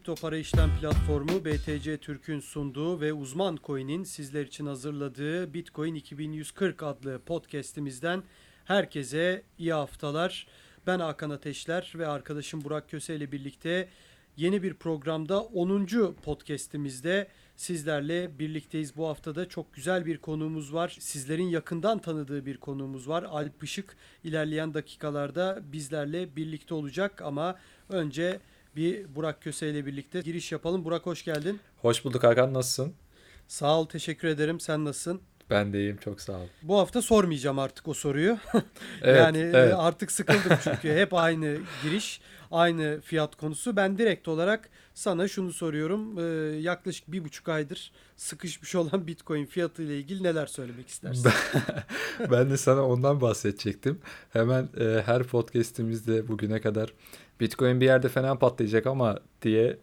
Kripto para işlem platformu BTC Türk'ün sunduğu ve Uzman Coin'in sizler için hazırladığı Bitcoin 2140 adlı podcast'imizden herkese iyi haftalar. Ben Hakan Ateşler ve arkadaşım Burak Köse ile birlikte yeni bir programda 10. podcast'imizde sizlerle birlikteyiz. Bu haftada çok güzel bir konuğumuz var. Sizlerin yakından tanıdığı bir konuğumuz var. Alp Işık ilerleyen dakikalarda bizlerle birlikte olacak ama önce bir Burak Köse ile birlikte giriş yapalım. Burak hoş geldin. Hoş bulduk Hakan, nasılsın? Sağ ol, teşekkür ederim. Sen nasılsın? Ben de iyiyim, çok sağ ol. Bu hafta sormayacağım artık o soruyu. Evet, evet. Artık sıkıldım çünkü hep aynı giriş, aynı fiyat konusu. Ben direkt olarak sana şunu soruyorum. Yaklaşık 1,5 aydır sıkışmış olan Bitcoin fiyatı ile ilgili neler söylemek istersin? Ben de sana ondan bahsedecektim. Hemen her podcast'imizde bugüne kadar Bitcoin bir yerde fena patlayacak ama diye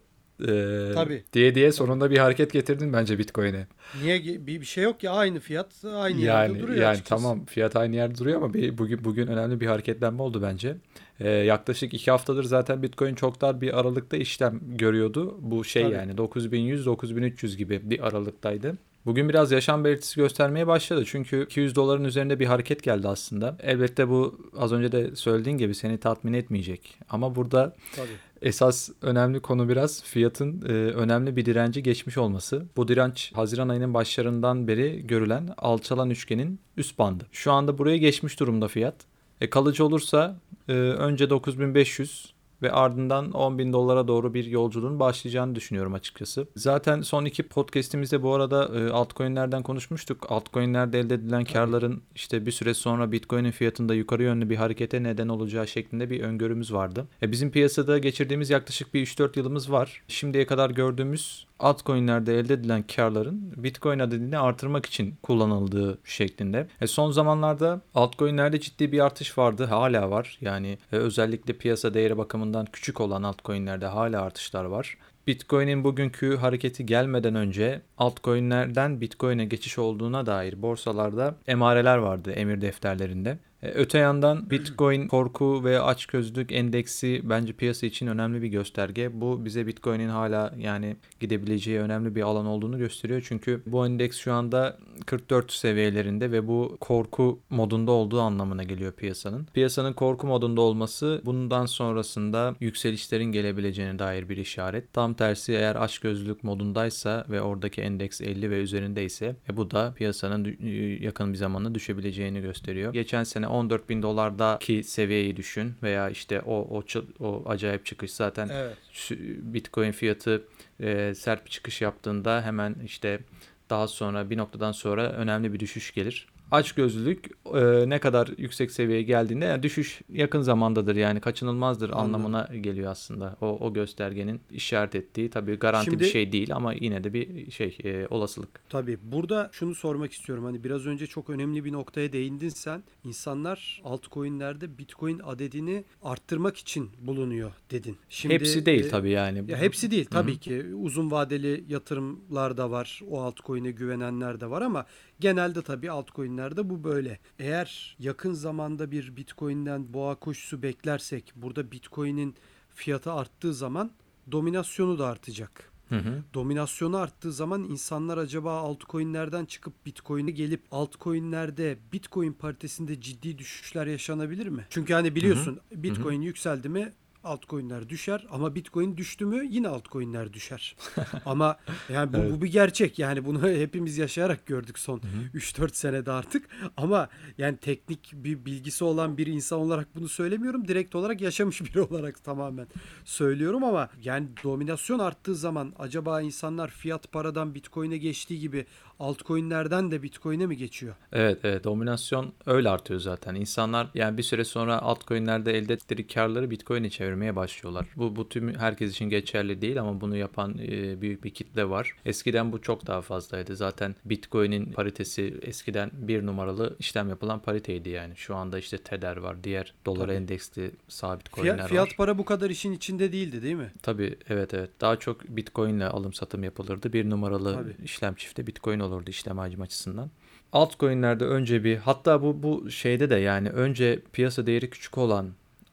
Tabii. diye sonunda bir hareket getirdin bence Bitcoin'e. Niye bir şey yok ya, aynı fiyat aynı yerde duruyor Yani açıkçası. tamam, fiyat aynı yerde duruyor ama bugün önemli bir hareketlenme oldu bence. Yaklaşık 2 haftadır zaten Bitcoin çok dar bir aralıkta işlem görüyordu. Bu Tabii. yani 9100-9300 gibi bir aralıktaydı. Bugün biraz yaşam belirtisi göstermeye başladı. Çünkü 200 doların üzerinde bir hareket geldi aslında. Elbette bu az önce de söylediğin gibi seni tatmin etmeyecek. Ama burada Tabii. esas önemli konu biraz fiyatın önemli bir direnci geçmiş olması. Bu direnç Haziran ayının başlarından beri görülen alçalan üçgenin üst bandı. Şu anda buraya geçmiş durumda fiyat. Kalıcı olursa önce 9500 ve ardından 10.000 dolara doğru bir yolculuğun başlayacağını düşünüyorum açıkçası. Zaten son 2 podcast'imizde bu arada altcoin'lerden konuşmuştuk. Altcoin'lerde elde edilen karların işte bir süre sonra Bitcoin'in fiyatında yukarı yönlü bir harekete neden olacağı şeklinde bir öngörümüz vardı. Bizim piyasada geçirdiğimiz yaklaşık bir 3-4 yılımız var. Şimdiye kadar gördüğümüz altcoin'lerde elde edilen karların Bitcoin adedini artırmak için kullanıldığı şeklinde. Son zamanlarda altcoin'lerde ciddi bir artış vardı. Hala var. Yani özellikle piyasa değeri bakımından küçük olan altcoin'lerde hala artışlar var. Bitcoin'in bugünkü hareketi gelmeden önce altcoin'lerden Bitcoin'e geçiş olduğuna dair borsalarda emareler vardı, emir defterlerinde. Öte yandan Bitcoin korku ve açgözlülük endeksi bence piyasa için önemli bir gösterge. Bu bize Bitcoin'in hala yani gidebileceği önemli bir alan olduğunu gösteriyor. Çünkü bu endeks şu anda 44 seviyelerinde ve bu korku modunda olduğu anlamına geliyor piyasanın. Piyasanın korku modunda olması bundan sonrasında yükselişlerin gelebileceğine dair bir işaret. Tam tersi eğer açgözlülük modundaysa ve oradaki endeks 50 ve üzerindeyse bu da piyasanın yakın bir zamanda düşebileceğini gösteriyor. Geçen sene 14.000 dolardaki seviyeyi düşün veya işte o acayip çıkış zaten Evet. Bitcoin fiyatı sert bir çıkış yaptığında hemen işte daha sonra bir noktadan sonra önemli bir düşüş gelir. Açgözlülük ne kadar yüksek seviyeye geldiğinde yani düşüş yakın zamandadır yani kaçınılmazdır anlamına geliyor aslında. O göstergenin işaret ettiği tabii garanti bir şey değil ama yine de bir olasılık. Tabii burada şunu sormak istiyorum. Hani biraz önce çok önemli bir noktaya değindin sen. İnsanlar altcoin'lerde Bitcoin adedini arttırmak için bulunuyor dedin. Şimdi, hepsi değil tabii yani. Ya hepsi değil tabii Hı-hı. ki. Uzun vadeli yatırımlar da var. O altcoin'e güvenenler de var ama genelde tabii altcoin'lerde bu böyle. Eğer yakın zamanda bir Bitcoin'den boğa koşusu beklersek burada Bitcoin'in fiyatı arttığı zaman dominasyonu da artacak. Hı hı. Dominasyonu arttığı zaman insanlar acaba altcoin'lerden çıkıp Bitcoin'e gelip altcoin'lerde Bitcoin paritesinde ciddi düşüşler yaşanabilir mi? Çünkü hani biliyorsun Bitcoin yükseldi mi altcoin'ler düşer ama Bitcoin düştü mü yine altcoin'ler düşer. Ama yani Evet. bu bir gerçek. Yani bunu hepimiz yaşayarak gördük son Hı hı. 3-4 senede artık. Ama yani teknik bir bilgisi olan bir insan olarak bunu söylemiyorum. Direkt olarak yaşamış biri olarak tamamen söylüyorum ama yani dominasyon arttığı zaman acaba insanlar fiyat paradan Bitcoin'e geçtiği gibi altcoin'lerden de Bitcoin'e mi geçiyor? Evet, dominasyon öyle artıyor zaten. İnsanlar yani bir süre sonra altcoin'lerde elde ettikleri karları Bitcoin'e çevirmeye başlıyorlar. Bu tüm herkes için geçerli değil ama bunu yapan büyük bir kitle var. Eskiden bu çok daha fazlaydı. Zaten Bitcoin'in paritesi eskiden bir numaralı işlem yapılan pariteydi yani. Şu anda işte Tether var, diğer dolara endeksli sabit coin'ler var. Fiyat para bu kadar işin içinde değildi değil mi? Tabii evet. Daha çok Bitcoin'le alım satım yapılırdı. Bir numaralı işlem çifti Bitcoin olurdu işlem hacmi açısından. Altcoin'lerde önce hatta bu şeyde de yani önce piyasa değeri küçük olan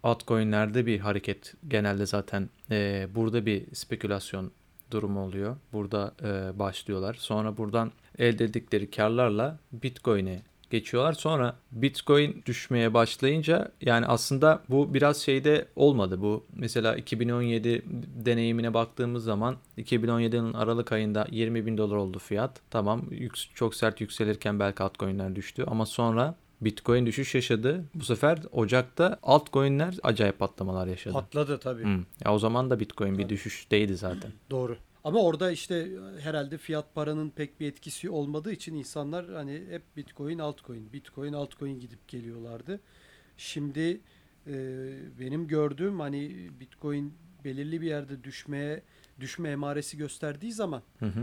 altcoin'lerde bir hareket genelde zaten burada bir spekülasyon durumu oluyor. Burada başlıyorlar. Sonra buradan elde ettikleri karlarla Bitcoin'e geçiyorlar. Sonra Bitcoin düşmeye başlayınca yani aslında bu biraz şeyde olmadı. Bu mesela 2017 deneyimine baktığımız zaman 2017'nin Aralık ayında 20 bin dolar oldu fiyat. Tamam çok sert yükselirken belki altcoin'ler düştü ama sonra Bitcoin düşüş yaşadı. Bu sefer Ocak'ta altcoin'ler acayip patlamalar yaşadı. Patladı tabii. Ya o zaman da Bitcoin Tabii. bir düşüşteydi zaten. Doğru. Ama orada işte herhalde fiyat paranın pek bir etkisi olmadığı için insanlar hani hep Bitcoin, altcoin, Bitcoin, altcoin gidip geliyorlardı. Şimdi benim gördüğüm hani Bitcoin belirli bir yerde düşme emaresi gösterdiği zaman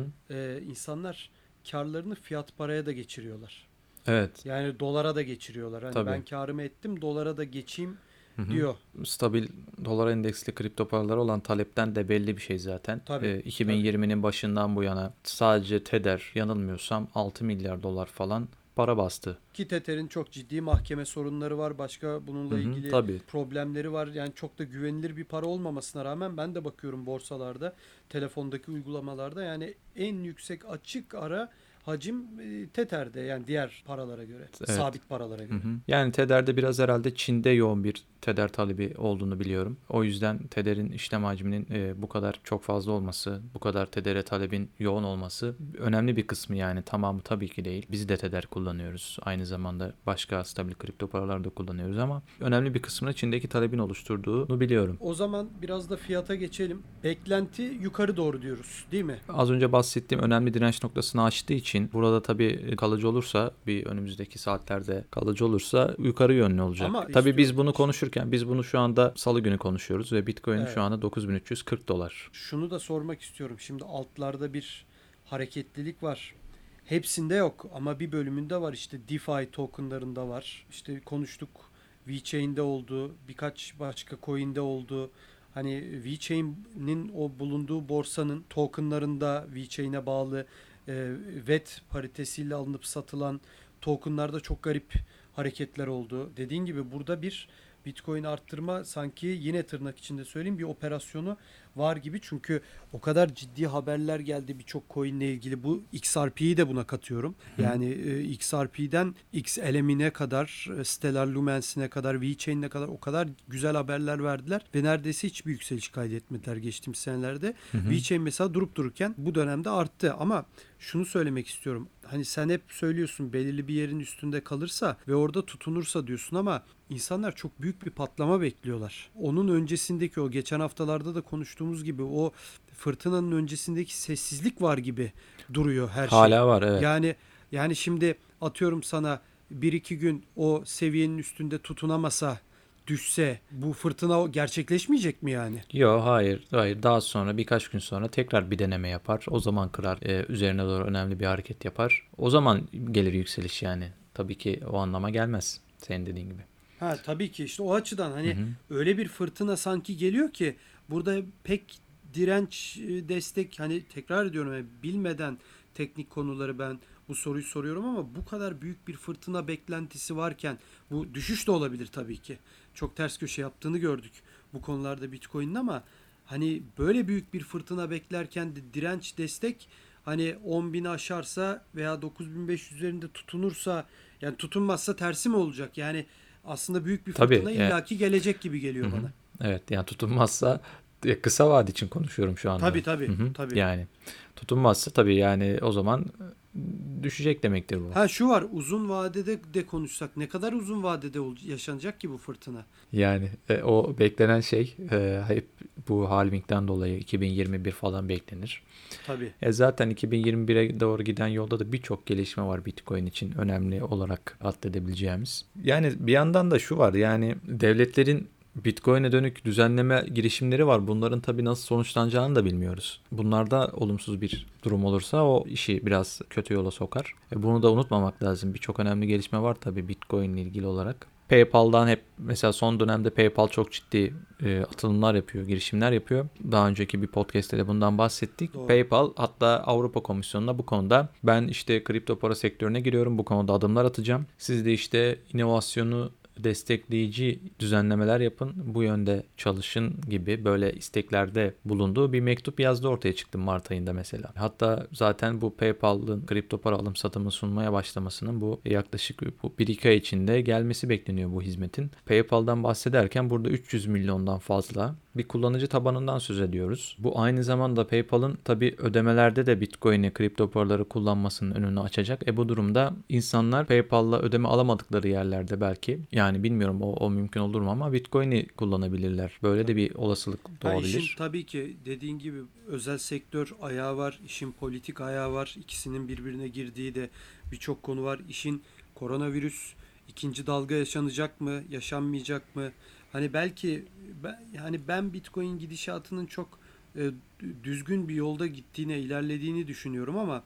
insanlar karlarını fiyat paraya da geçiriyorlar. Evet. Yani dolara da geçiriyorlar. Hani Tabii. ben karımı ettim, dolara da geçeyim diyor. Stabil dolar endeksli kripto paralara olan talepten de belli bir şey zaten. Tabii, 2020'nin başından bu yana sadece Tether yanılmıyorsam 6 milyar dolar falan para bastı. Ki Tether'in çok ciddi mahkeme sorunları var. Başka bununla ilgili Tabii. problemleri var. Yani çok da güvenilir bir para olmamasına rağmen ben de bakıyorum borsalarda, telefondaki uygulamalarda yani en yüksek açık ara hacim Tether'de yani diğer paralara göre, Evet. sabit paralara göre. Yani Tether'de biraz herhalde Çin'de yoğun bir Tether talebi olduğunu biliyorum. O yüzden Tether'in işlem hacminin bu kadar çok fazla olması, bu kadar Tether'e talebin yoğun olması önemli bir kısmı yani tamamı tabii ki değil. Biz de Tether kullanıyoruz. Aynı zamanda başka stabil kripto paralar da kullanıyoruz ama önemli bir kısmını Çin'deki talebin oluşturduğunu biliyorum. O zaman biraz da fiyata geçelim. Beklenti yukarı doğru diyoruz, değil mi? Az önce bahsettiğim önemli direnç noktasını aştığı için burada tabii kalıcı olursa bir önümüzdeki saatlerde kalıcı olursa yukarı yönlü olacak. Ama Tabii biz bunu konuşurken biz bunu şu anda Salı günü konuşuyoruz ve Bitcoin Evet. şu anda 9340 dolar. Şunu da sormak istiyorum. Şimdi altlarda bir hareketlilik var. Hepsinde yok ama bir bölümünde var. İşte DeFi tokenlarında var. İşte konuştuk, VeChain'de oldu, birkaç başka coin'de oldu. Hani VeChain'in o bulunduğu borsanın tokenlarında VeChain'e bağlı VET paritesiyle alınıp satılan tokenlarda çok garip hareketler oldu. Dediğin gibi burada bir Bitcoin arttırma sanki yine tırnak içinde söyleyeyim bir operasyonu var gibi. Çünkü o kadar ciddi haberler geldi birçok coin ile ilgili. Bu XRP'yi de buna katıyorum. Yani XRP'den XLM'ine kadar, Stellar Lumens'ine kadar, VeChain'ine kadar o kadar güzel haberler verdiler. Ve neredeyse hiçbir yükseliş kaydetmediler geçtiğimiz senelerde. VeChain mesela durup dururken bu dönemde arttı. Ama şunu söylemek istiyorum. Hani sen hep söylüyorsun belirli bir yerin üstünde kalırsa ve orada tutunursa diyorsun ama insanlar çok büyük bir patlama bekliyorlar. Onun öncesindeki o geçen haftalarda da konuştuğumuz gibi o fırtınanın öncesindeki sessizlik var gibi duruyor her şey. Hala var evet. Yani şimdi atıyorum sana 1-2 gün o seviyenin üstünde tutunamasa düşse bu fırtına gerçekleşmeyecek mi yani? Yok hayır daha sonra birkaç gün sonra tekrar bir deneme yapar. O zaman kırar üzerine doğru önemli bir hareket yapar. O zaman gelir yükseliş yani. Tabii ki o anlama gelmez senin dediğin gibi. Ha tabii ki işte o açıdan hani öyle bir fırtına sanki geliyor ki burada pek direnç destek hani tekrar ediyorum bilmeden teknik konuları ben bu soruyu soruyorum ama bu kadar büyük bir fırtına beklentisi varken bu düşüş de olabilir tabii ki. Çok ters köşe yaptığını gördük bu konularda Bitcoin'in ama hani böyle büyük bir fırtına beklerken de direnç destek hani 10.000'i aşarsa veya 9.500 üzerinde tutunursa yani tutunmazsa tersi mi olacak? Yani aslında büyük bir fırtına illaki gelecek gibi geliyor bana. Evet yani tutunmazsa kısa vade için konuşuyorum şu anda. Tabii. Yani tutunmazsa tabii yani o zaman düşecek demektir bu. Ha şu var uzun vadede de konuşsak ne kadar uzun vadede yaşanacak ki bu fırtına? Yani o beklenen şey hep bu halvingden dolayı 2021 falan beklenir. Tabii. Zaten 2021'e doğru giden yolda da birçok gelişme var Bitcoin için önemli olarak atledebileceğimiz. Yani bir yandan da şu var yani devletlerin Bitcoin'e dönük düzenleme girişimleri var. Bunların tabii nasıl sonuçlanacağını da bilmiyoruz. Bunlarda olumsuz bir durum olursa o işi biraz kötü yola sokar. Bunu da unutmamak lazım. Birçok önemli gelişme var tabii Bitcoin ile ilgili olarak. PayPal'dan hep mesela son dönemde PayPal çok ciddi atılımlar yapıyor, girişimler yapıyor. Daha önceki bir podcast'te de bundan bahsettik. Doğru. PayPal hatta Avrupa Komisyonu'na bu konuda ben işte kripto para sektörüne giriyorum. Bu konuda adımlar atacağım. Siz de işte inovasyonu destekleyici düzenlemeler yapın, bu yönde çalışın gibi böyle isteklerde bulunduğu bir mektup yazdı, ortaya çıktı Mart ayında mesela. Hatta zaten bu PayPal'ın kripto para alım satımı sunmaya başlamasının bu yaklaşık bu 1-2 ay içinde gelmesi bekleniyor bu hizmetin. PayPal'dan bahsederken burada 300 milyondan fazla bir kullanıcı tabanından söz ediyoruz. Bu aynı zamanda PayPal'ın tabii ödemelerde de Bitcoin'i, kripto paraları kullanmasının önünü açacak. Bu durumda insanlar PayPal'la ödeme alamadıkları yerlerde belki, yani bilmiyorum o mümkün olur mu, ama Bitcoin'i kullanabilirler. Böyle de bir olasılık doğabilir. İşin tabii ki dediğin gibi özel sektör ayağı var, işin politik ayağı var. İkisinin birbirine girdiği de birçok konu var. İşin koronavirüs ikinci dalga yaşanacak mı, yaşanmayacak mı? Hani belki ben Bitcoin gidişatının çok düzgün bir yolda gittiğine, ilerlediğini düşünüyorum ama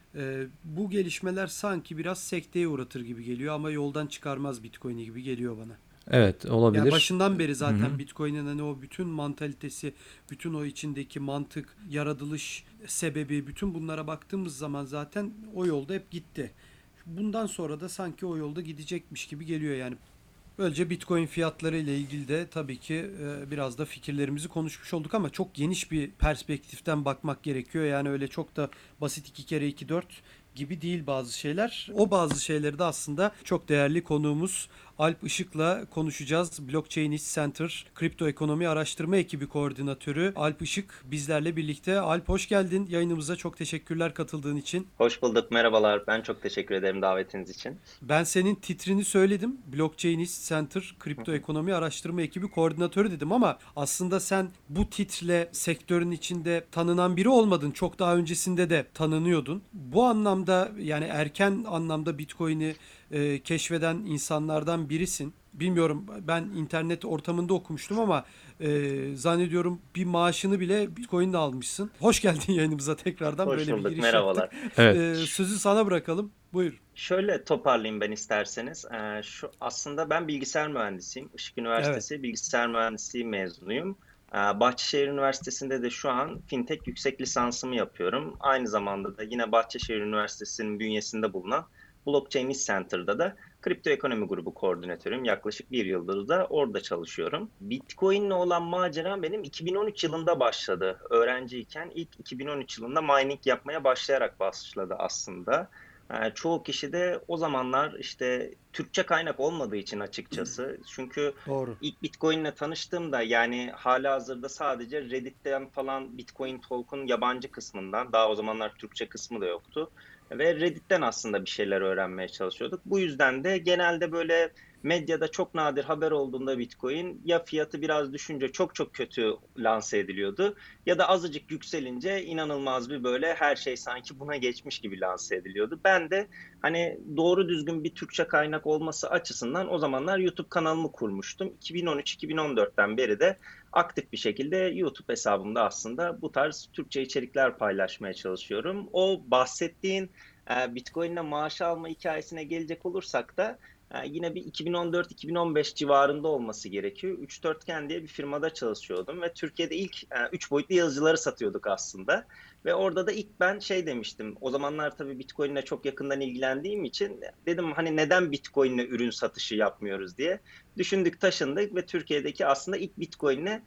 bu gelişmeler sanki biraz sekteye uğratır gibi geliyor ama yoldan çıkarmaz Bitcoin'i gibi geliyor bana. Evet, olabilir. Ya başından beri zaten Hı hı. Bitcoin'in hani o bütün mantalitesi, bütün o içindeki mantık, yaratılış sebebi, bütün bunlara baktığımız zaman zaten o yolda hep gitti. Bundan sonra da sanki o yolda gidecekmiş gibi geliyor yani. Böylece Bitcoin fiyatları ile ilgili de tabii ki biraz da fikirlerimizi konuşmuş olduk ama çok geniş bir perspektiften bakmak gerekiyor. Yani öyle çok da basit 2 kere 2 4 gibi değil bazı şeyler. O bazı şeyleri de aslında çok değerli konuğumuz Alp Işık'la konuşacağız. Blockchainist Center Kripto Ekonomi Araştırma Ekibi Koordinatörü Alp Işık bizlerle birlikte. Alp hoş geldin. Yayınımıza çok teşekkürler katıldığın için. Hoş bulduk, merhabalar. Ben çok teşekkür ederim davetiniz için. Ben senin titrini söyledim. Blockchainist Center Kripto Ekonomi Araştırma Ekibi Koordinatörü dedim ama aslında sen bu titre sektörün içinde tanınan biri olmadın. Çok daha öncesinde de tanınıyordun. Bu anlamda yani erken anlamda Bitcoin'i keşfeden insanlardan birisin. Bilmiyorum, ben internet ortamında okumuştum ama zannediyorum bir maaşını bile Bitcoin'le almışsın. Hoş geldin yayınımıza tekrardan. Hoş Böyle bir bulduk, giriş merhabalar. yaptık. Evet. Sözü sana bırakalım. Buyur. Şöyle toparlayayım ben isterseniz. Aslında ben bilgisayar mühendisiyim. Işık Evet. Üniversitesi Bilgisayar Mühendisliği mezunuyum. Bahçeşehir Üniversitesi'nde de şu an fintech yüksek lisansımı yapıyorum. Aynı zamanda da yine Bahçeşehir Üniversitesi'nin bünyesinde bulunan Blockchainist Center'da da kripto ekonomi grubu koordinatörüm. Yaklaşık bir yıldır da orada çalışıyorum. Bitcoin'le olan maceram benim 2013 yılında başladı. Öğrenciyken ilk 2013 yılında mining yapmaya başlayarak başladı aslında. Çoğu kişi de o zamanlar işte Türkçe kaynak olmadığı için açıkçası. Çünkü Doğru. ilk Bitcoin'le tanıştığımda yani halihazırda sadece Reddit'ten falan Bitcoin Talk'un yabancı kısmından, daha o zamanlar Türkçe kısmı da yoktu. Ve Reddit'ten aslında bir şeyler öğrenmeye çalışıyorduk. Bu yüzden de genelde böyle medyada çok nadir haber olduğunda Bitcoin ya fiyatı biraz düşünce çok çok kötü lanse ediliyordu ya da azıcık yükselince inanılmaz bir böyle her şey sanki buna geçmiş gibi lanse ediliyordu. Ben de hani doğru düzgün bir Türkçe kaynak olması açısından o zamanlar YouTube kanalımı kurmuştum. 2013-2014'ten beri de aktif bir şekilde YouTube hesabımda aslında bu tarz Türkçe içerikler paylaşmaya çalışıyorum. O bahsettiğin Bitcoin'le maaş alma hikayesine gelecek olursak da yine bir 2014-2015 civarında olması gerekiyor. 3-4gen diye bir firmada çalışıyordum ve Türkiye'de ilk 3 boyutlu yazıcıları satıyorduk aslında. Ve orada da ilk ben şey demiştim. O zamanlar tabii Bitcoin'le çok yakından ilgilendiğim için dedim hani neden Bitcoin'le ürün satışı yapmıyoruz diye. Düşündük, taşındık ve Türkiye'deki aslında ilk Bitcoin'le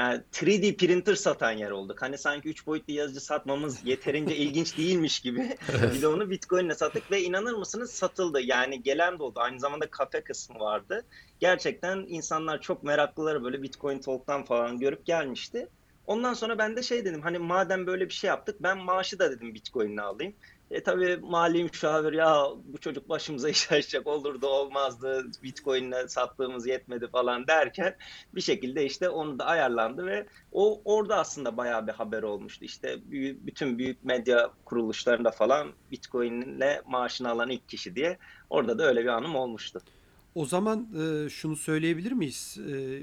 3D printer satan yer olduk. Hani sanki 3 boyutlu yazıcı satmamız yeterince ilginç değilmiş gibi. Bir de onu Bitcoin'le sattık ve inanır mısınız satıldı. Yani gelen de oldu. Aynı zamanda kafe kısmı vardı. Gerçekten insanlar çok meraklıları böyle Bitcoin Talk'tan falan görüp gelmişti. Ondan sonra ben de şey dedim hani madem böyle bir şey yaptık ben maaşı da dedim Bitcoin'le alayım. Tabii mali müşavir ya bu çocuk başımıza iş açacak olurdu olmazdı Bitcoin'le sattığımız yetmedi falan derken bir şekilde işte onu da ayarlandı ve orada aslında bayağı bir haber olmuştu. İşte bütün büyük medya kuruluşlarında falan Bitcoin'le maaşını alan ilk kişi diye orada da öyle bir anım olmuştu. O zaman şunu söyleyebilir miyiz?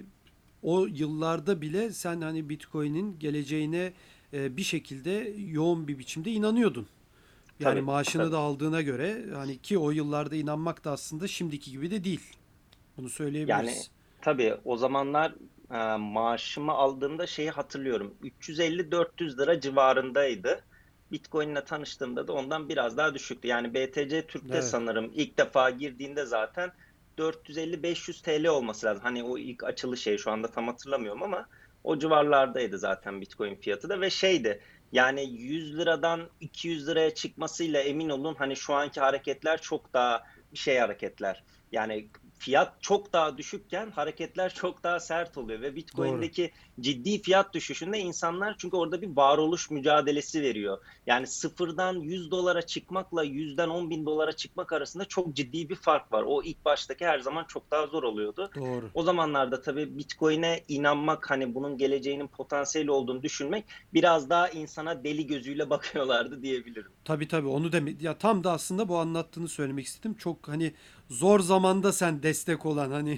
O yıllarda bile sen hani Bitcoin'in geleceğine bir şekilde yoğun bir biçimde inanıyordun. Yani Tabii, maaşını tabii. da aldığına göre hani ki o yıllarda inanmak da aslında şimdiki gibi de değil. Bunu Yani söyleyebiliriz. tabii o zamanlar maaşımı aldığımda şeyi hatırlıyorum. 350-400 lira civarındaydı. Bitcoin'le tanıştığımda da ondan biraz daha düşüktü. Yani BTC Türk'te Evet. sanırım ilk defa girdiğinde zaten 450-500 TL olması lazım. Hani o ilk açılış şey, şu anda tam hatırlamıyorum ama o civarlardaydı zaten Bitcoin fiyatı da ve şeydi, yani 100 liradan 200 liraya çıkmasıyla emin olun hani şu anki hareketler çok daha şey hareketler. Yani fiyat çok daha düşükken hareketler çok daha sert oluyor ve Doğru. Bitcoin'deki ciddi fiyat düşüşünde insanlar, çünkü orada bir varoluş mücadelesi veriyor. Yani sıfırdan 100 dolara çıkmakla 100'den 10 bin dolara çıkmak arasında çok ciddi bir fark var. O ilk baştaki her zaman çok daha zor oluyordu. Doğru. O zamanlarda tabii Bitcoin'e inanmak, hani bunun geleceğinin potansiyeli olduğunu düşünmek, biraz daha insana deli gözüyle bakıyorlardı diyebilirim. Tabii onu demek ya, tam da aslında bu anlattığını söylemek istedim. Çok hani zor zamanda sen destek olan hani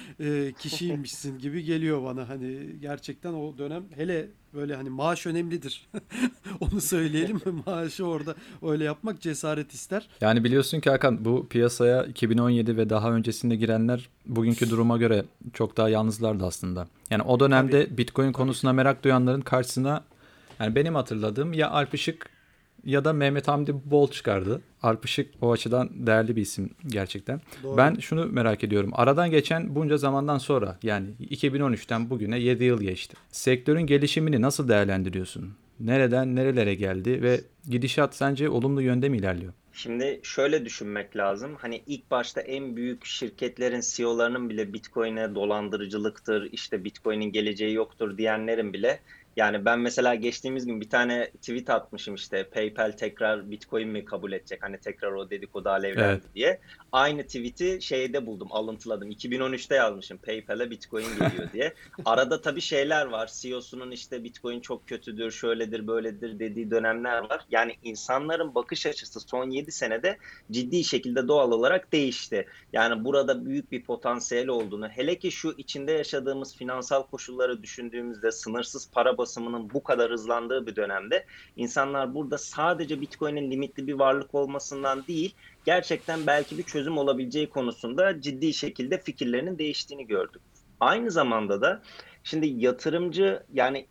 kişiymişsin gibi geliyor bana. Hani gerçekten o dönem, hele böyle hani maaş önemlidir. Onu söyleyelim. Maaşı orada öyle yapmak cesaret ister. Yani biliyorsun ki Hakan, bu piyasaya 2017 ve daha öncesinde girenler bugünkü duruma göre çok daha yalnızlardı aslında. Yani o Tabii, dönemde Bitcoin tabii. konusuna merak duyanların karşısına, yani benim hatırladığım, ya Alp Işık ya da Mehmet Hamdi Bol çıkardı. Alp Işık o açıdan değerli bir isim gerçekten. Doğru. Ben şunu merak ediyorum. Aradan geçen bunca zamandan sonra, yani 2013'ten bugüne 7 yıl geçti. Sektörün gelişimini nasıl değerlendiriyorsun? Nereden nerelere geldi ve gidişat sence olumlu yönde mi ilerliyor? Şimdi şöyle düşünmek lazım. Hani ilk başta en büyük şirketlerin CEO'larının bile Bitcoin'e dolandırıcılıktır, işte Bitcoin'in geleceği yoktur diyenlerin bile, yani ben mesela geçtiğimiz gün bir tane tweet atmışım, işte PayPal tekrar Bitcoin mi kabul edecek? Hani tekrar o dedikodu Evet. alevlendi diye. Aynı tweet'i şeyde buldum, alıntıladım. 2013'te yazmışım PayPal'e Bitcoin geliyor diye. Arada tabii şeyler var. CEO'sunun işte Bitcoin çok kötüdür, şöyledir, böyledir dediği dönemler var. Yani insanların bakış açısı son 7 senede ciddi şekilde doğal olarak değişti. Yani burada büyük bir potansiyel olduğunu, hele ki şu içinde yaşadığımız finansal koşulları düşündüğümüzde, sınırsız para basımının bu kadar hızlandığı bir dönemde insanlar burada sadece Bitcoin'in limitli bir varlık olmasından değil, gerçekten belki bir çözüm olabileceği konusunda ciddi şekilde fikirlerinin değiştiğini gördük. Aynı zamanda da şimdi yatırımcı, yani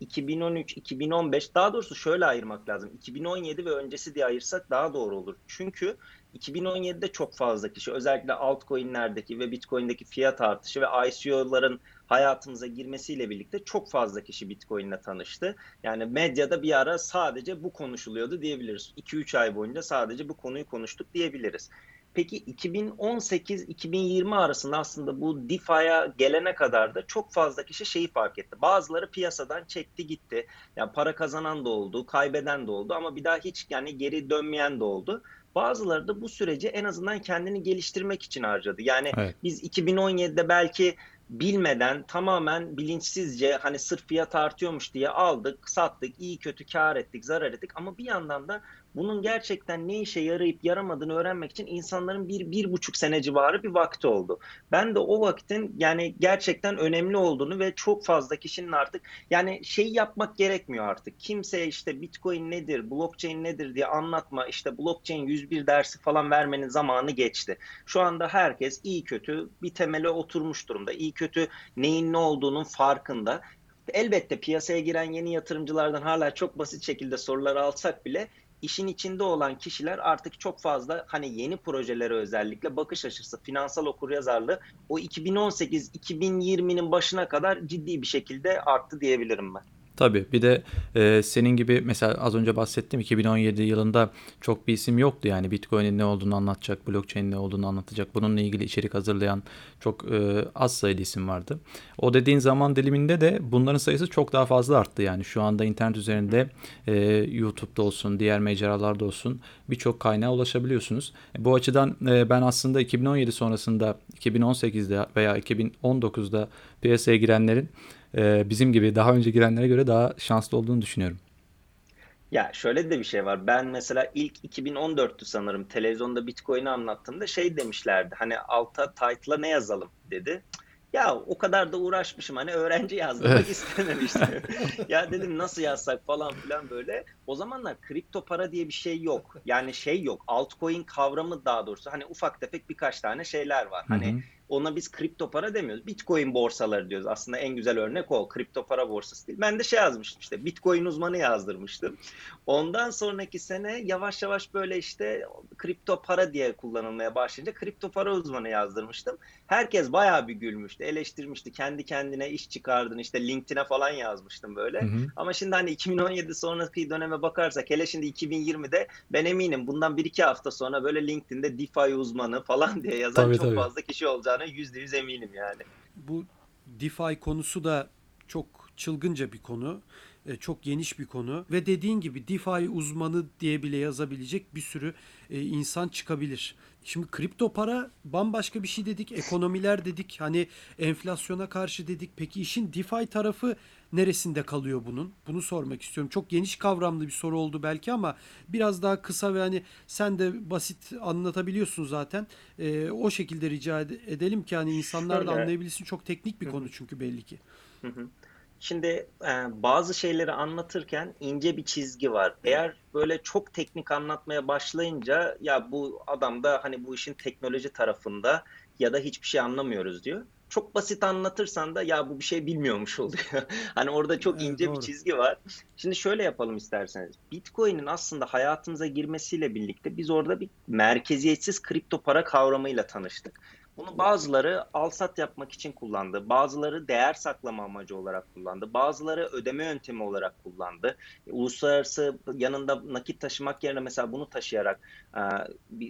2013-2015, daha doğrusu şöyle ayırmak lazım. 2017 ve öncesi diye ayırsak daha doğru olur. Çünkü 2017'de çok fazla kişi, özellikle altcoin'lerdeki ve Bitcoin'deki fiyat artışı ve ICO'ların hayatımıza girmesiyle birlikte çok fazla kişi Bitcoin'le tanıştı. Yani medyada bir ara sadece bu konuşuluyordu diyebiliriz. 2-3 ay boyunca sadece bu konuyu konuştuk diyebiliriz. Peki 2018-2020 arasında aslında bu DeFi'ye gelene kadar da çok fazla kişi şeyi fark etti. Bazıları piyasadan çekti gitti. Yani para kazanan da oldu, kaybeden de oldu ama bir daha hiç yani geri dönmeyen de oldu. Bazıları da bu süreci en azından kendini geliştirmek için harcadı. Yani Evet. biz 2017'de belki bilmeden, tamamen bilinçsizce, hani sırf fiyat artıyormuş diye aldık, sattık, iyi kötü kar ettik, zarar ettik ama bir yandan da bunun gerçekten ne işe yarayıp yaramadığını öğrenmek için insanların 1-1,5 sene civarı bir vakti oldu. Ben de o vaktin yani gerçekten önemli olduğunu ve çok fazla kişinin artık, yani şey yapmak gerekmiyor artık. Kimseye işte Bitcoin nedir, blockchain nedir diye anlatma, işte blockchain 101 dersi falan vermenin zamanı geçti. Şu anda herkes iyi kötü bir temele oturmuş durumda. İyi kötü neyin ne olduğunun farkında. Elbette piyasaya giren yeni yatırımcılardan hala çok basit şekilde soruları alsak bile işin içinde olan kişiler artık çok fazla, hani yeni projelere özellikle bakış açısı, finansal okuryazarlığı o 2018-2020'nin başına kadar ciddi bir şekilde arttı diyebilirim ben. Tabii, bir de senin gibi mesela az önce bahsettim, 2017 yılında çok bir isim yoktu, yani Bitcoin'in ne olduğunu anlatacak, blockchain'in ne olduğunu anlatacak, bununla ilgili içerik hazırlayan çok az sayıda isim vardı. O dediğin zaman diliminde de bunların sayısı çok daha fazla arttı. Yani şu anda internet üzerinde YouTube'da olsun, diğer mecralarda olsun birçok kaynağa ulaşabiliyorsunuz. Bu açıdan ben aslında 2017 sonrasında 2018'de veya 2019'da piyasaya girenlerin bizim gibi daha önce girenlere göre daha şanslı olduğunu düşünüyorum. Ya şöyle de bir şey var. Ben mesela ilk 2014'tü sanırım televizyonda Bitcoin'i anlattığımda şey demişlerdi. Hani alta title'a ne yazalım dedi. Ya o kadar da uğraşmışım, hani öğrenci Evet. yazdırmak istememiştim. Ya dedim nasıl yazsak falan filan böyle. O zamanlar kripto para diye bir şey yok. Yani şey yok. Altcoin kavramı, daha doğrusu hani ufak tefek birkaç tane şeyler var. Hı Hani hı. ona biz kripto para demiyoruz. Bitcoin borsaları diyoruz. Aslında en güzel örnek o. Kripto para borsası değil. Ben de şey yazmıştım işte. Bitcoin uzmanı yazdırmıştım. Ondan sonraki sene yavaş yavaş böyle işte kripto para diye kullanılmaya başlayınca kripto para uzmanı yazdırmıştım. Herkes bayağı bir gülmüştü, eleştirmişti. Kendi kendine iş çıkardın işte LinkedIn'e falan yazmıştım Hı böyle. hı. Ama şimdi hani 2017 sonraki döneme bakarsak hele şimdi 2020'de ben eminim bundan 1-2 hafta sonra böyle LinkedIn'de DeFi uzmanı falan diye yazan Tabii çok tabii. fazla kişi olacağına %100 eminim yani. Bu DeFi konusu da çok çılgınca bir konu. Çok geniş bir konu ve dediğin gibi DeFi uzmanı diye bile yazabilecek bir sürü insan çıkabilir. Şimdi kripto para bambaşka bir şey dedik, ekonomiler dedik, hani enflasyona karşı dedik. Peki işin DeFi tarafı neresinde kalıyor bunun? Bunu sormak istiyorum. Çok geniş kavramlı bir soru oldu belki ama biraz daha kısa ve hani sen de basit anlatabiliyorsun zaten. O şekilde rica edelim ki hani insanlar da Şöyle. anlayabilsin. Çok teknik bir Hı konu hı, çünkü belli ki. hı hı. Şimdi bazı şeyleri anlatırken ince bir çizgi var. Eğer böyle çok teknik anlatmaya başlayınca ya bu adam da hani bu işin teknoloji tarafında ya da hiçbir şey anlamıyoruz diyor. Çok basit anlatırsan da ya bu bir şey bilmiyormuş oluyor. Hani orada çok ince bir Doğru. çizgi var. Şimdi şöyle yapalım isterseniz. Bitcoin'in aslında hayatımıza girmesiyle birlikte biz orada bir merkeziyetsiz kripto para kavramıyla tanıştık. Bunu bazıları alsat yapmak için kullandı, bazıları değer saklama amacı olarak kullandı, bazıları ödeme yöntemi olarak kullandı. Uluslararası yanında nakit taşımak yerine mesela bunu taşıyarak e, bir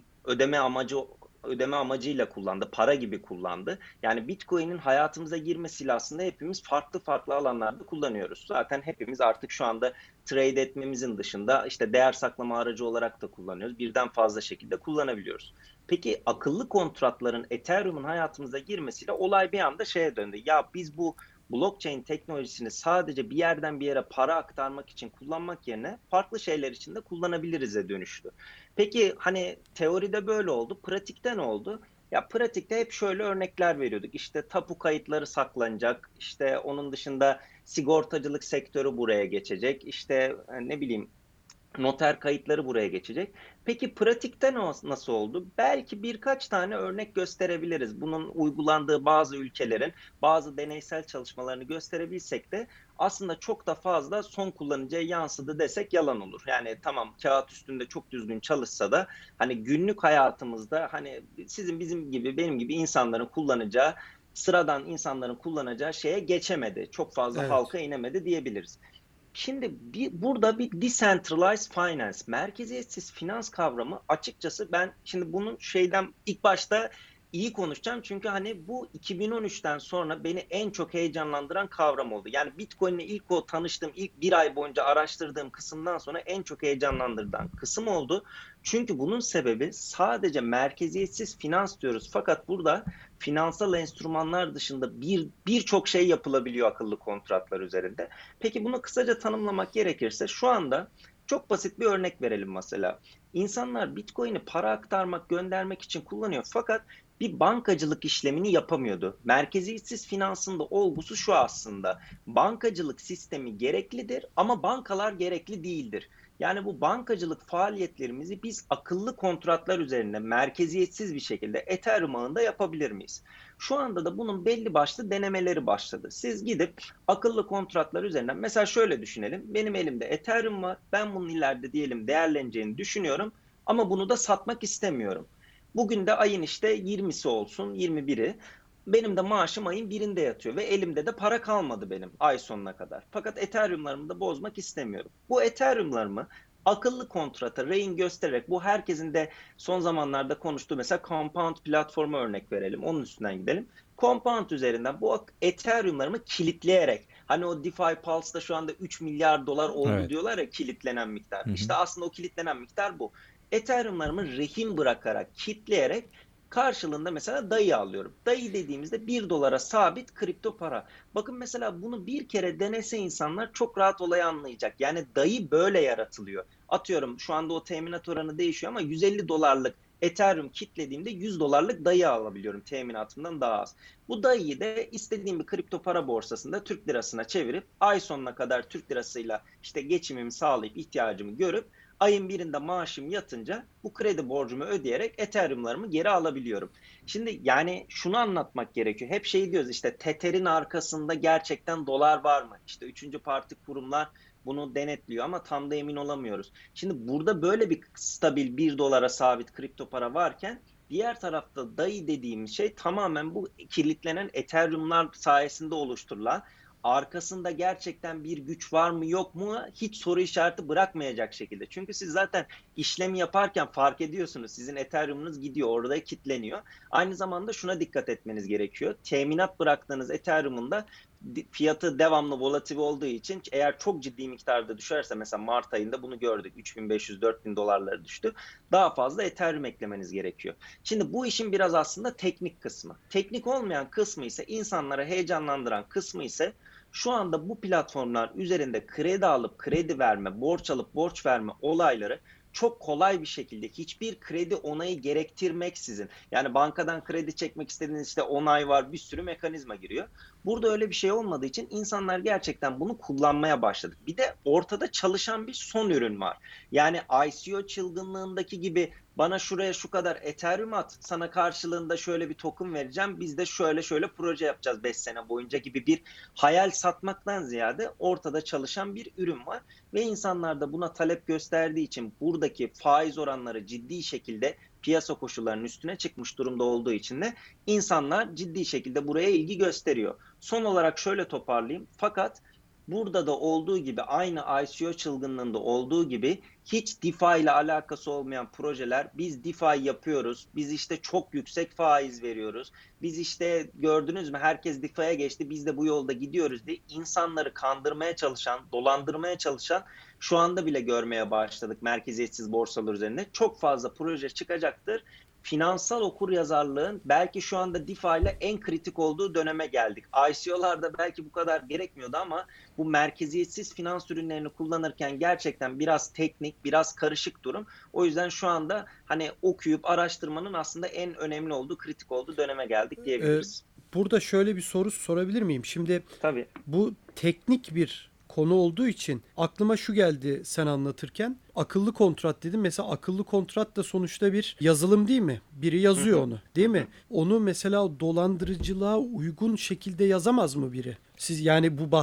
ödeme amacıyla kullandı, para gibi kullandı. Yani Bitcoin'in hayatımıza girmesiyle aslında hepimiz farklı farklı alanlarda kullanıyoruz. Zaten hepimiz artık şu anda trade etmemizin dışında işte değer saklama aracı olarak da kullanıyoruz. Birden fazla şekilde kullanabiliyoruz. Peki akıllı kontratların Ethereum'un hayatımıza girmesiyle olay bir anda şeye döndü. Ya biz bu blockchain teknolojisini sadece bir yerden bir yere para aktarmak için kullanmak yerine farklı şeyler için de kullanabiliriz'e dönüştü. Peki hani teoride böyle oldu, pratikte ne oldu? Ya pratikte hep şöyle örnekler veriyorduk. İşte tapu kayıtları saklanacak, işte onun dışında sigortacılık sektörü buraya geçecek, işte ne bileyim noter kayıtları buraya geçecek. Peki pratikte nasıl oldu? Belki birkaç tane örnek gösterebiliriz. Bunun uygulandığı bazı ülkelerin bazı deneysel çalışmalarını gösterebilsek de aslında çok da fazla son kullanıcıya yansıdı desek yalan olur. Yani tamam kağıt üstünde çok düzgün çalışsa da hani günlük hayatımızda hani sizin bizim gibi benim gibi insanların kullanacağı sıradan insanların kullanacağı şeye geçemedi. Çok fazla Evet. halka inemedi diyebiliriz. Şimdi burada bir decentralized finance, merkeziyetsiz finans kavramı açıkçası ben şimdi bunun şeyden ilk başta iyi konuşacağım. Çünkü hani bu 2013'ten sonra beni en çok heyecanlandıran kavram oldu. Yani Bitcoin'le ilk o tanıştığım ilk bir ay boyunca araştırdığım kısımdan sonra en çok heyecanlandıran kısım oldu. Çünkü bunun sebebi sadece merkeziyetsiz finans diyoruz. Fakat burada finansal enstrümanlar dışında birçok şey yapılabiliyor akıllı kontratlar üzerinde. Peki bunu kısaca tanımlamak gerekirse şu anda çok basit bir örnek verelim mesela. İnsanlar Bitcoin'i para aktarmak, göndermek için kullanıyor fakat bir bankacılık işlemini yapamıyordu. Merkeziyetsiz finansın da olgusu şu aslında. Bankacılık sistemi gereklidir ama bankalar gerekli değildir. Yani bu bankacılık faaliyetlerimizi biz akıllı kontratlar üzerinde merkeziyetsiz bir şekilde Ethereum ağında yapabilir miyiz? Şu anda da bunun belli başlı denemeleri başladı. Siz gidip akıllı kontratlar üzerinden mesela şöyle düşünelim. Benim elimde Ethereum var. Ben bunun ileride diyelim değerleneceğini düşünüyorum ama bunu da satmak istemiyorum. Bugün de ayın işte 20'si olsun, 21'i. Benim de maaşım ayın birinde yatıyor ve elimde de para kalmadı benim ay sonuna kadar. Fakat Ethereum'larımı da bozmak istemiyorum. Bu Ethereum'larımı akıllı kontrata rehin göstererek bu herkesin de son zamanlarda konuştuğu mesela Compound platformu örnek verelim. Onun üstünden gidelim. Compound üzerinden bu Ethereum'larımı kilitleyerek hani o DeFi Pulse'da şu anda 3 milyar dolar oldu Evet. diyorlar ya kilitlenen miktar. Hı hı. İşte aslında o kilitlenen miktar bu. Ethereum'larımı rehin bırakarak, kilitleyerek karşılığında mesela DAI alıyorum. DAI dediğimizde 1 dolara sabit kripto para. Bakın mesela bunu bir kere denese insanlar çok rahat olayı anlayacak. Yani DAI böyle yaratılıyor. Atıyorum şu anda o teminat oranı değişiyor ama 150 dolarlık Ethereum kitlediğimde 100 dolarlık DAI alabiliyorum teminatımdan daha az. Bu DAI'yi de istediğim bir kripto para borsasında Türk lirasına çevirip ay sonuna kadar Türk lirasıyla işte geçimimi sağlayıp ihtiyacımı görüp Ayın birinde maaşım yatınca bu kredi borcumu ödeyerek Ethereum'larımı geri alabiliyorum. Şimdi yani şunu anlatmak gerekiyor. Hep şey diyoruz işte Tether'in arkasında gerçekten dolar var mı? İşte üçüncü parti kurumlar bunu denetliyor ama tam da emin olamıyoruz. Şimdi burada böyle bir stabil 1 dolara sabit kripto para varken diğer tarafta DAI dediğimiz şey tamamen bu kilitlenen Ethereum'lar sayesinde oluşturulan, arkasında gerçekten bir güç var mı yok mu hiç soru işareti bırakmayacak şekilde. Çünkü siz zaten işlemi yaparken fark ediyorsunuz. Sizin Ethereum'unuz gidiyor orada kilitleniyor. Aynı zamanda şuna dikkat etmeniz gerekiyor. Teminat bıraktığınız Ethereum'un da fiyatı devamlı volatil olduğu için eğer çok ciddi miktarda düşerse, mesela Mart ayında bunu gördük, 3500-4000 dolarlara düştü. Daha fazla Ethereum eklemeniz gerekiyor. Şimdi bu işin biraz aslında teknik kısmı. Teknik olmayan kısmı ise, insanlara heyecanlandıran kısmı ise şu anda bu platformlar üzerinde kredi alıp kredi verme, borç alıp borç verme olayları çok kolay bir şekilde, hiçbir kredi onayı gerektirmeksizin, yani bankadan kredi çekmek istediğiniz işte onay var, bir sürü mekanizma giriyor. Burada öyle bir şey olmadığı için insanlar gerçekten bunu kullanmaya başladı. Bir de ortada çalışan bir son ürün var. Yani ICO çılgınlığındaki gibi bana şuraya şu kadar Ethereum at, sana karşılığında şöyle bir token vereceğim, biz de şöyle şöyle proje yapacağız 5 sene boyunca gibi bir hayal satmaktan ziyade ortada çalışan bir ürün var. Ve insanlar da buna talep gösterdiği için buradaki faiz oranları ciddi şekilde piyasa koşullarının üstüne çıkmış durumda olduğu için de insanlar ciddi şekilde buraya ilgi gösteriyor. Son olarak şöyle toparlayayım. Fakat burada da olduğu gibi, aynı ICO çılgınlığında olduğu gibi, hiç DeFi ile alakası olmayan projeler, biz DeFi yapıyoruz, biz işte çok yüksek faiz veriyoruz, biz işte gördünüz mü herkes DeFi'ye geçti, biz de bu yolda gidiyoruz diye insanları kandırmaya çalışan, dolandırmaya çalışan, şu anda bile görmeye başladık merkeziyetsiz borsalar üzerinde çok fazla proje çıkacaktır. Finansal okuryazarlığın belki şu anda DeFi ile en kritik olduğu döneme geldik. ICO'larda belki bu kadar gerekmiyordu ama bu merkeziyetsiz finans ürünlerini kullanırken gerçekten biraz teknik, biraz karışık durum. O yüzden şu anda hani okuyup araştırmanın aslında en önemli olduğu, kritik olduğu döneme geldik diyebiliriz. Burada şöyle bir soru sorabilir miyim? Şimdi Tabii. bu teknik bir konu olduğu için aklıma şu geldi sen anlatırken. Akıllı kontrat dedim. Mesela akıllı kontrat da sonuçta bir yazılım değil mi? Biri yazıyor onu, değil mi? Onu mesela dolandırıcılığa uygun şekilde yazamaz mı biri? Siz yani bu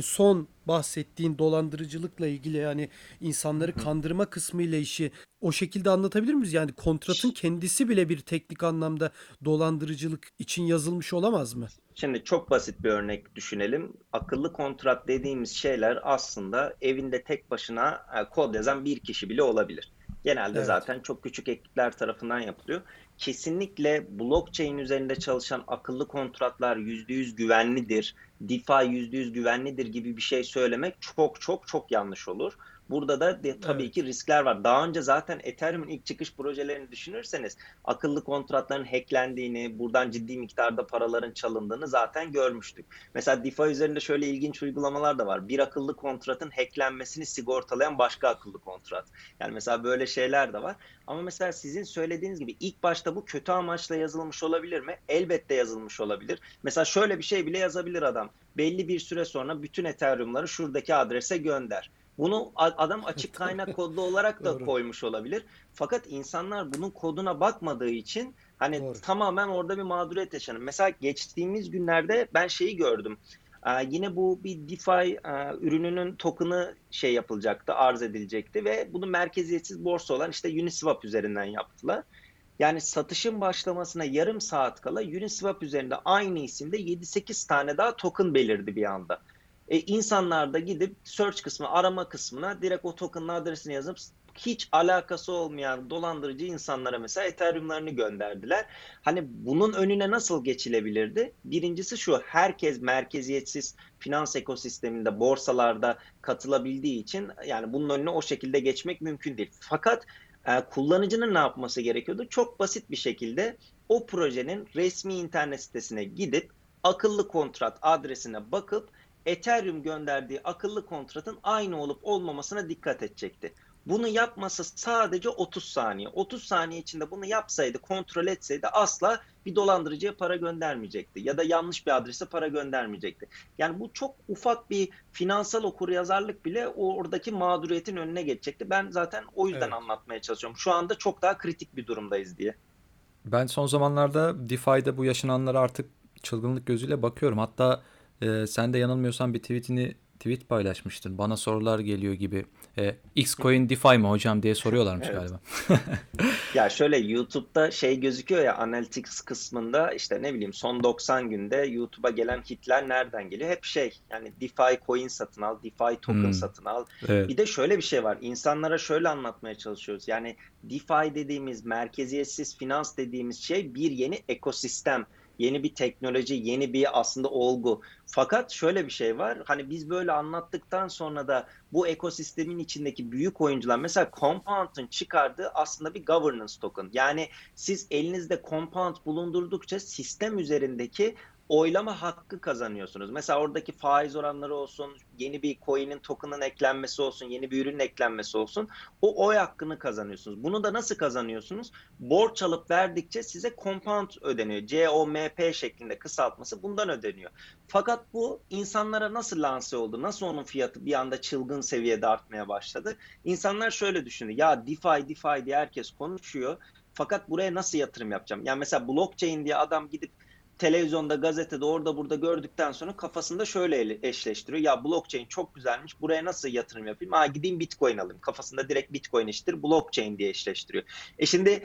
bahsettiğin dolandırıcılıkla ilgili, yani insanları kandırma kısmıyla işi o şekilde anlatabilir miyiz? Yani kontratın kendisi bile bir teknik anlamda dolandırıcılık için yazılmış olamaz mı? Şimdi çok basit bir örnek düşünelim. Akıllı kontrat dediğimiz şeyler aslında evinde tek başına kod yazan bir kişi bile olabilir. Genelde Evet. zaten çok küçük ekipler tarafından yapılıyor. Kesinlikle blockchain üzerinde çalışan akıllı kontratlar %100 güvenlidir, DeFi %100 güvenlidir gibi bir şey söylemek çok çok çok yanlış olur. Burada da tabii ki Evet. riskler var. Daha önce zaten Ethereum'un ilk çıkış projelerini düşünürseniz akıllı kontratların hacklendiğini, buradan ciddi miktarda paraların çalındığını zaten görmüştük. Mesela DeFi üzerinde şöyle ilginç uygulamalar da var. Bir akıllı kontratın hacklenmesini sigortalayan başka akıllı kontrat. Yani mesela böyle şeyler de var. Ama mesela sizin söylediğiniz gibi ilk başta bu kötü amaçla yazılmış olabilir mi? Elbette yazılmış olabilir. Mesela şöyle bir şey bile yazabilir adam. Belli bir süre sonra bütün Ethereum'ları şuradaki adrese gönder. Bunu adam açık kaynak kodlu olarak da Doğru. koymuş olabilir. Fakat insanlar bunun koduna bakmadığı için hani Doğru. tamamen orada bir mağduriyet yaşanır. Mesela geçtiğimiz günlerde ben şeyi gördüm. Yine bu bir DeFi ürününün token'ı şey yapılacaktı, arz edilecekti ve bunu merkeziyetsiz borsa olan işte Uniswap üzerinden yaptılar. Yani satışın başlamasına yarım saat kala Uniswap üzerinde aynı isimde 7-8 tane daha token belirdi bir anda. İnsanlar da gidip search kısmı, arama kısmına direkt o token'ın adresini yazıp hiç alakası olmayan dolandırıcı insanlara mesela Ethereum'larını gönderdiler. Hani bunun önüne nasıl geçilebilirdi? Birincisi şu: herkes merkeziyetsiz finans ekosisteminde, borsalarda katılabildiği için yani bunun önüne o şekilde geçmek mümkün değil. Fakat kullanıcının ne yapması gerekiyordu? Çok basit bir şekilde o projenin resmi internet sitesine gidip akıllı kontrat adresine bakıp Ethereum gönderdiği akıllı kontratın aynı olup olmamasına dikkat edecekti. Bunu yapması sadece 30 saniye. 30 saniye içinde bunu yapsaydı, kontrol etseydi asla bir dolandırıcıya para göndermeyecekti. Ya da yanlış bir adrese para göndermeyecekti. Yani bu çok ufak bir finansal okuryazarlık bile oradaki mağduriyetin önüne geçecekti. Ben zaten o yüzden Evet. anlatmaya çalışıyorum. Şu anda çok daha kritik bir durumdayız diye. Ben son zamanlarda DeFi'de bu yaşananlara artık çılgınlık gözüyle bakıyorum. Hatta sen de yanılmıyorsan bir tweet paylaşmıştın. Bana sorular geliyor gibi. Xcoin DeFi mi hocam diye soruyorlarmış Evet. galiba. Ya şöyle YouTube'da şey gözüküyor ya, Analytics kısmında işte ne bileyim son 90 günde YouTube'a gelen hitler nereden geliyor? Hep şey, yani DeFi coin satın al, DeFi token Hmm, satın al. evet. Bir de şöyle bir şey var. İnsanlara şöyle anlatmaya çalışıyoruz. Yani DeFi dediğimiz, merkeziyetsiz finans dediğimiz şey bir yeni ekosistem, yeni bir teknoloji, yeni bir aslında olgu. Fakat şöyle bir şey var. Hani biz böyle anlattıktan sonra da bu ekosistemin içindeki büyük oyuncular, mesela Compound'un çıkardığı aslında bir governance token. Yani siz elinizde Compound bulundurdukça sistem üzerindeki oylama hakkı kazanıyorsunuz. Mesela oradaki faiz oranları olsun, yeni bir coin'in token'ın eklenmesi olsun, yeni bir ürünün eklenmesi olsun, o oy hakkını kazanıyorsunuz. Bunu da nasıl kazanıyorsunuz? Borç alıp verdikçe size compound ödeniyor. COMP şeklinde kısaltması bundan ödeniyor. Fakat bu insanlara nasıl lanse oldu? Nasıl onun fiyatı bir anda çılgın seviyede artmaya başladı? İnsanlar şöyle düşündü. Ya DeFi diye herkes konuşuyor. Fakat buraya nasıl yatırım yapacağım? Yani mesela blockchain diye adam gidip televizyonda, gazetede, orada burada gördükten sonra kafasında şöyle eşleştiriyor. Ya blockchain çok güzelmiş. Buraya nasıl yatırım yapayım? Gideyim Bitcoin alayım. Kafasında direkt Bitcoin eşittir blockchain diye eşleştiriyor. Şimdi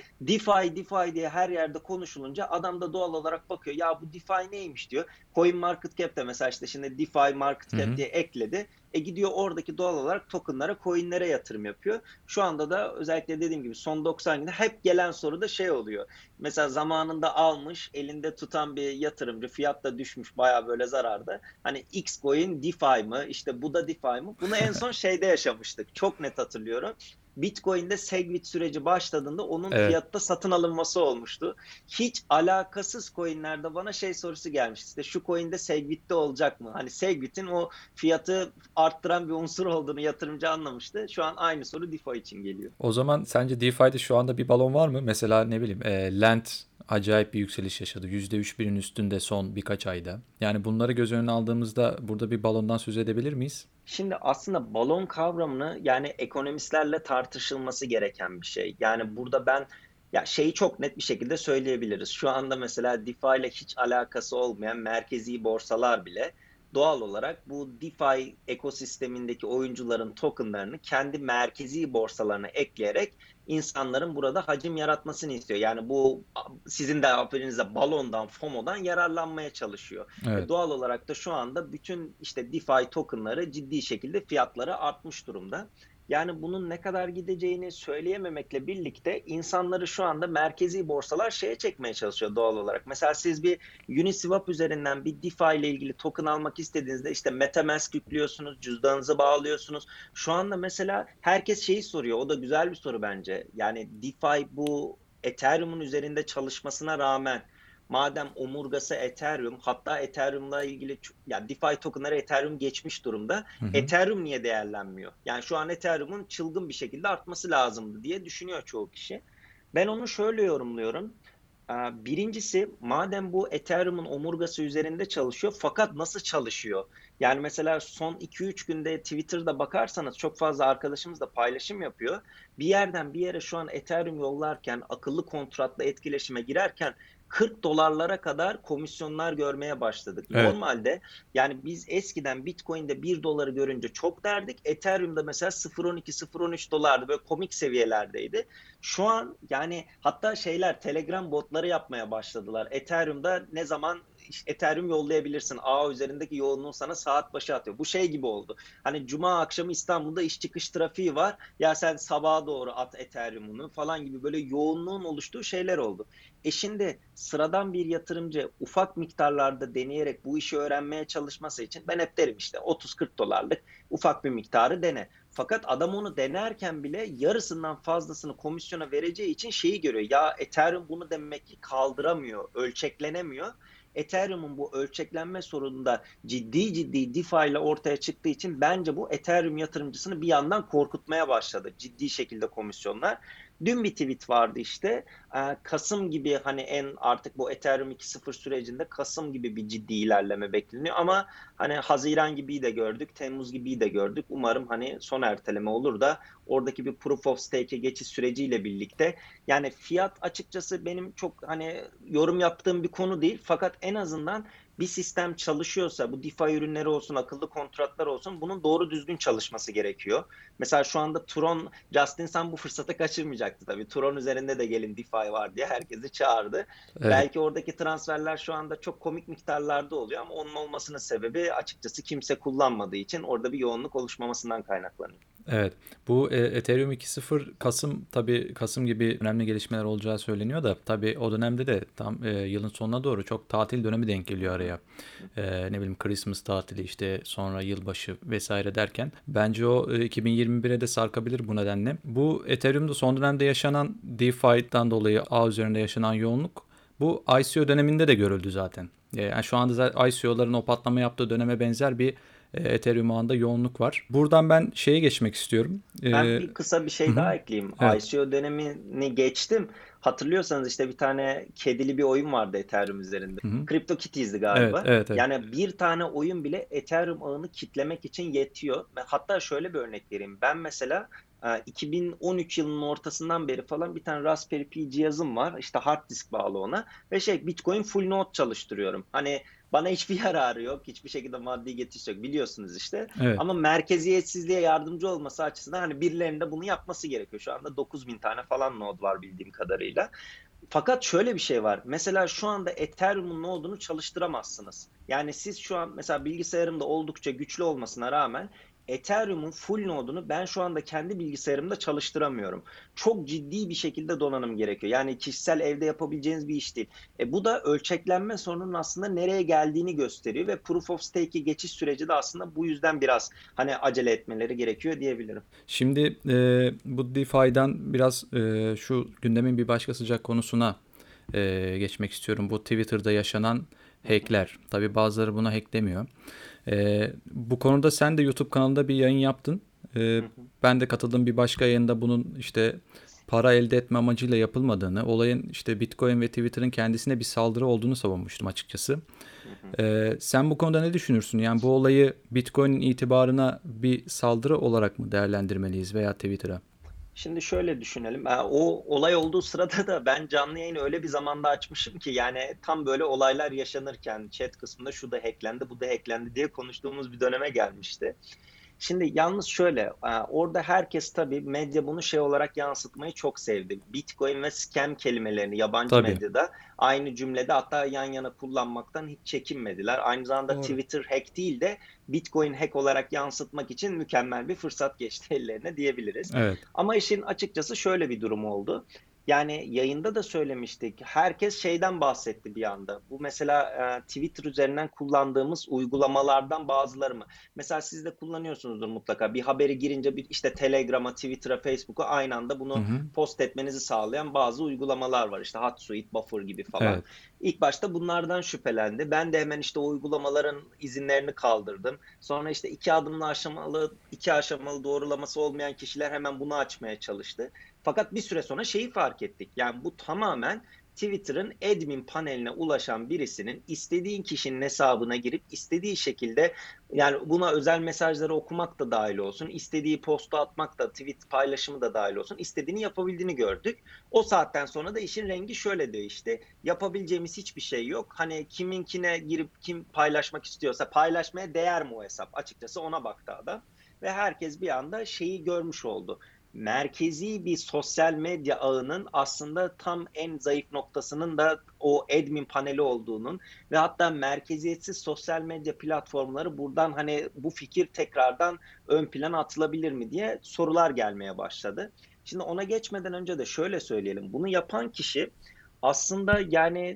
DeFi diye her yerde konuşulunca adam da doğal olarak bakıyor. Ya bu DeFi neymiş diyor. CoinMarketCap'te mesela işte şimdi DeFi Market Hı Cap hı. diye ekledi. Gidiyor oradaki doğal olarak tokenlara, coinlere yatırım yapıyor. Şu anda da özellikle dediğim gibi son 90 günde hep gelen soru da şey oluyor. Mesela zamanında almış, elinde tutan bir yatırımcı, fiyat da düşmüş baya böyle zararda. Hani Xcoin DeFi mı, işte bu da DeFi mı? Bunu en son şeyde yaşamıştık. Çok net hatırlıyorum. Bitcoin'de Segwit süreci başladığında onun Evet. fiyatta satın alınması olmuştu. Hiç alakasız coinlerde bana şey sorusu gelmişti. İşte şu coin'de Segwit'te olacak mı? Hani Segwit'in o fiyatı arttıran bir unsur olduğunu yatırımcı anlamıştı. Şu an aynı soru DeFi için geliyor. O zaman sence DeFi'de şu anda bir balon var mı? Mesela ne bileyim Lend acayip bir yükseliş yaşadı. %3'ün üstünde son birkaç ayda. Yani bunları göz önüne aldığımızda burada bir balondan söz edebilir miyiz? Şimdi aslında balon kavramını yani ekonomistlerle tartışılması gereken bir şey. Yani burada ben ya şeyi çok net bir şekilde söyleyebiliriz. Şu anda mesela DeFi ile hiç alakası olmayan merkezi borsalar bile doğal olarak bu DeFi ekosistemindeki oyuncuların tokenlarını kendi merkezi borsalarına ekleyerek insanların burada hacim yaratmasını istiyor. Yani bu sizin de haberinize balondan, FOMO'dan yararlanmaya çalışıyor. Evet. Doğal olarak da şu anda bütün işte DeFi tokenları ciddi şekilde fiyatları artmış durumda. Yani bunun ne kadar gideceğini söyleyememekle birlikte insanları şu anda merkezi borsalar şeye çekmeye çalışıyor doğal olarak. Mesela siz bir Uniswap üzerinden bir DeFi ile ilgili token almak istediğinizde işte MetaMask yüklüyorsunuz, cüzdanınızı bağlıyorsunuz. Şu anda mesela herkes şeyi soruyor. O da güzel bir soru bence. Yani DeFi bu Ethereum'un üzerinde çalışmasına rağmen madem omurgası Ethereum, hatta Ethereum'la ilgili yani DeFi tokenları Ethereum geçmiş durumda. Hı hı. Ethereum niye değerlenmiyor? Yani şu an Ethereum'un çılgın bir şekilde artması lazımdı diye düşünüyor çoğu kişi. Ben onu şöyle yorumluyorum. Birincisi, madem bu Ethereum'un omurgası üzerinde çalışıyor fakat nasıl çalışıyor? Yani mesela son 2-3 günde Twitter'da bakarsanız çok fazla arkadaşımız da paylaşım yapıyor. Bir yerden bir yere şu an Ethereum yollarken, akıllı kontratla etkileşime girerken $40 kadar komisyonlar görmeye başladık. Evet. Normalde yani biz eskiden Bitcoin'de $1 görünce çok derdik. Ethereum'da mesela 0.12, 0.13 dolardı. Böyle komik seviyelerdeydi. Şu an yani hatta şeyler Telegram botları yapmaya başladılar. Ethereum'da ne zaman Ethereum yollayabilirsin. Ağ üzerindeki yoğunluğu sana saat başı atıyor. Bu şey gibi oldu. Hani cuma akşamı İstanbul'da iş çıkış trafiği var. Ya sen sabaha doğru at Ethereum'unu falan gibi böyle yoğunluğun oluştuğu şeyler oldu. Şimdi sıradan bir yatırımcı ufak miktarlarda deneyerek bu işi öğrenmeye çalışması için ben hep derim işte 30-40 dolarlık ufak bir miktarı dene. Fakat adam onu denerken bile yarısından fazlasını komisyona vereceği için şeyi görüyor. Ya Ethereum bunu demek ki kaldıramıyor, ölçeklenemiyor. Ethereum'un bu ölçeklenme sorununda ciddi DeFi ile ortaya çıktığı için bence bu Ethereum yatırımcısını bir yandan korkutmaya başladı. Ciddi şekilde komisyonlar. Dün bir tweet vardı işte. Kasım gibi hani artık bu Ethereum 2.0 sürecinde Kasım gibi bir ciddi ilerleme bekleniyor ama hani Haziran gibi de gördük, Temmuz gibi de gördük. Umarım hani son erteleme olur da oradaki bir proof of stake'e geçiş süreciyle birlikte, yani fiyat açıkçası benim çok hani yorum yaptığım bir konu değil, fakat en azından bir sistem çalışıyorsa, bu DeFi ürünleri olsun, akıllı kontratlar olsun, bunun doğru düzgün çalışması gerekiyor. Mesela şu anda Tron, Justin Sun bu fırsatı kaçırmayacaktı tabii. Tron üzerinde de gelin DeFi var diye herkesi çağırdı. Evet. Belki oradaki transferler şu anda çok komik miktarlarda oluyor ama onun olmasının sebebi açıkçası kimse kullanmadığı için orada bir yoğunluk oluşmamasından kaynaklanıyor. Evet. Bu Ethereum 2.0 Kasım gibi önemli gelişmeler olacağı söyleniyor da tabii o dönemde de tam yılın sonuna doğru çok tatil dönemi denk geliyor araya. Ne bileyim Christmas tatili, işte sonra yılbaşı vesaire derken bence o 2021'e de sarkabilir bu nedenle. Bu Ethereum'da son dönemde yaşanan DeFi'den dolayı ağ üzerinde yaşanan yoğunluk bu ICO döneminde de görüldü zaten. Yani şu anda ICO'ların o patlama yaptığı döneme benzer bir Ethereum ağında yoğunluk var. Buradan ben şeye geçmek istiyorum. Ben bir kısa bir şey daha ekleyeyim. Evet. ICO dönemini geçtim. Hatırlıyorsanız işte bir tane kedili bir oyun vardı Ethereum üzerinde. CryptoKitties'di Evet, galiba. evet, evet. Yani bir tane oyun bile Ethereum ağını kitlemek için yetiyor. Hatta şöyle bir örnek vereyim. Ben mesela 2013 yılının ortasından beri falan bir tane Raspberry Pi cihazım var. İşte hard disk bağlı ona. Ve Bitcoin full node çalıştırıyorum. Hani bana hiçbir yararı yok. Hiçbir şekilde maddi getirisi yok. Biliyorsunuz işte. Evet. Ama merkeziyetsizliğe yardımcı olması açısından hani birilerinin de bunu yapması gerekiyor. Şu anda 9.000 tane falan node var bildiğim kadarıyla. Fakat şöyle bir şey var. Mesela şu anda Ethereum'un node'unu çalıştıramazsınız. Yani siz şu an mesela bilgisayarımda oldukça güçlü olmasına rağmen Ethereum'un full node'unu ben şu anda kendi bilgisayarımda çalıştıramıyorum. Çok ciddi bir şekilde donanım gerekiyor. Yani kişisel evde yapabileceğiniz bir iş değil. Bu da ölçeklenme sorununun aslında nereye geldiğini gösteriyor ve Proof of Stake'e geçiş süreci de aslında bu yüzden biraz hani acele etmeleri gerekiyor diyebilirim. Şimdi bu DeFi'den biraz şu gündemin bir başka sıcak konusuna geçmek istiyorum. Bu Twitter'da yaşanan hackler. Tabii bazıları buna hack demiyor. Bu konuda sen de YouTube kanalında bir yayın yaptın. Ben de katıldığım bir başka yayında bunun işte para elde etme amacıyla yapılmadığını, olayın işte Bitcoin ve Twitter'ın kendisine bir saldırı olduğunu savunmuştum açıkçası. Sen bu konuda ne düşünürsün? Yani bu olayı Bitcoin'in itibarına bir saldırı olarak mı değerlendirmeliyiz veya Twitter'a? Şimdi şöyle düşünelim. O olay olduğu sırada da ben canlı yayını öyle bir zamanda açmışım ki yani tam böyle olaylar yaşanırken chat kısmında şu da hacklendi, bu da hacklendi diye konuştuğumuz bir döneme gelmişti. Şimdi yalnız şöyle, orada herkes tabii medya bunu şey olarak yansıtmayı çok sevdi. Bitcoin ve scam kelimelerini yabancı Tabii. medyada aynı cümlede hatta yan yana kullanmaktan hiç çekinmediler. Aynı zamanda Doğru. Twitter hack değil de Bitcoin hack olarak yansıtmak için mükemmel bir fırsat geçti ellerine diyebiliriz. Evet. Ama işin açıkçası şöyle bir durum oldu. Yani yayında da söylemiştik. Herkes şeyden bahsetti bir anda. Bu mesela Twitter üzerinden kullandığımız uygulamalardan bazıları mı? Mesela siz de kullanıyorsunuzdur mutlaka. Bir haberi girince işte Telegram'a, Twitter'a, Facebook'a aynı anda bunu post etmenizi sağlayan bazı uygulamalar var. İşte Hotsuite, Buffer gibi falan. Evet. İlk başta bunlardan şüphelendi. Ben de hemen işte o uygulamaların izinlerini kaldırdım. Sonra işte iki aşamalı doğrulaması olmayan kişiler hemen bunu açmaya çalıştı. Fakat bir süre sonra şeyi fark ettik. Yani bu tamamen Twitter'ın admin paneline ulaşan birisinin istediğin kişinin hesabına girip istediği şekilde, yani buna özel mesajları okumak da dahil olsun, istediği postu atmak da, tweet paylaşımı da dahil olsun, istediğini yapabildiğini gördük. O saatten sonra da işin rengi şöyle değişti. Yapabileceğimiz hiçbir şey yok. Hani kiminkine girip kim paylaşmak istiyorsa paylaşmaya değer mi o hesap? Açıkçası ona baktı adam. Ve herkes bir anda şeyi görmüş oldu. Merkezi bir sosyal medya ağının aslında tam en zayıf noktasının da o admin paneli olduğunun ve hatta merkeziyetsiz sosyal medya platformları buradan hani bu fikir tekrardan ön plana atılabilir mi diye sorular gelmeye başladı. Şimdi ona geçmeden önce de şöyle söyleyelim. Bunu yapan kişi aslında yani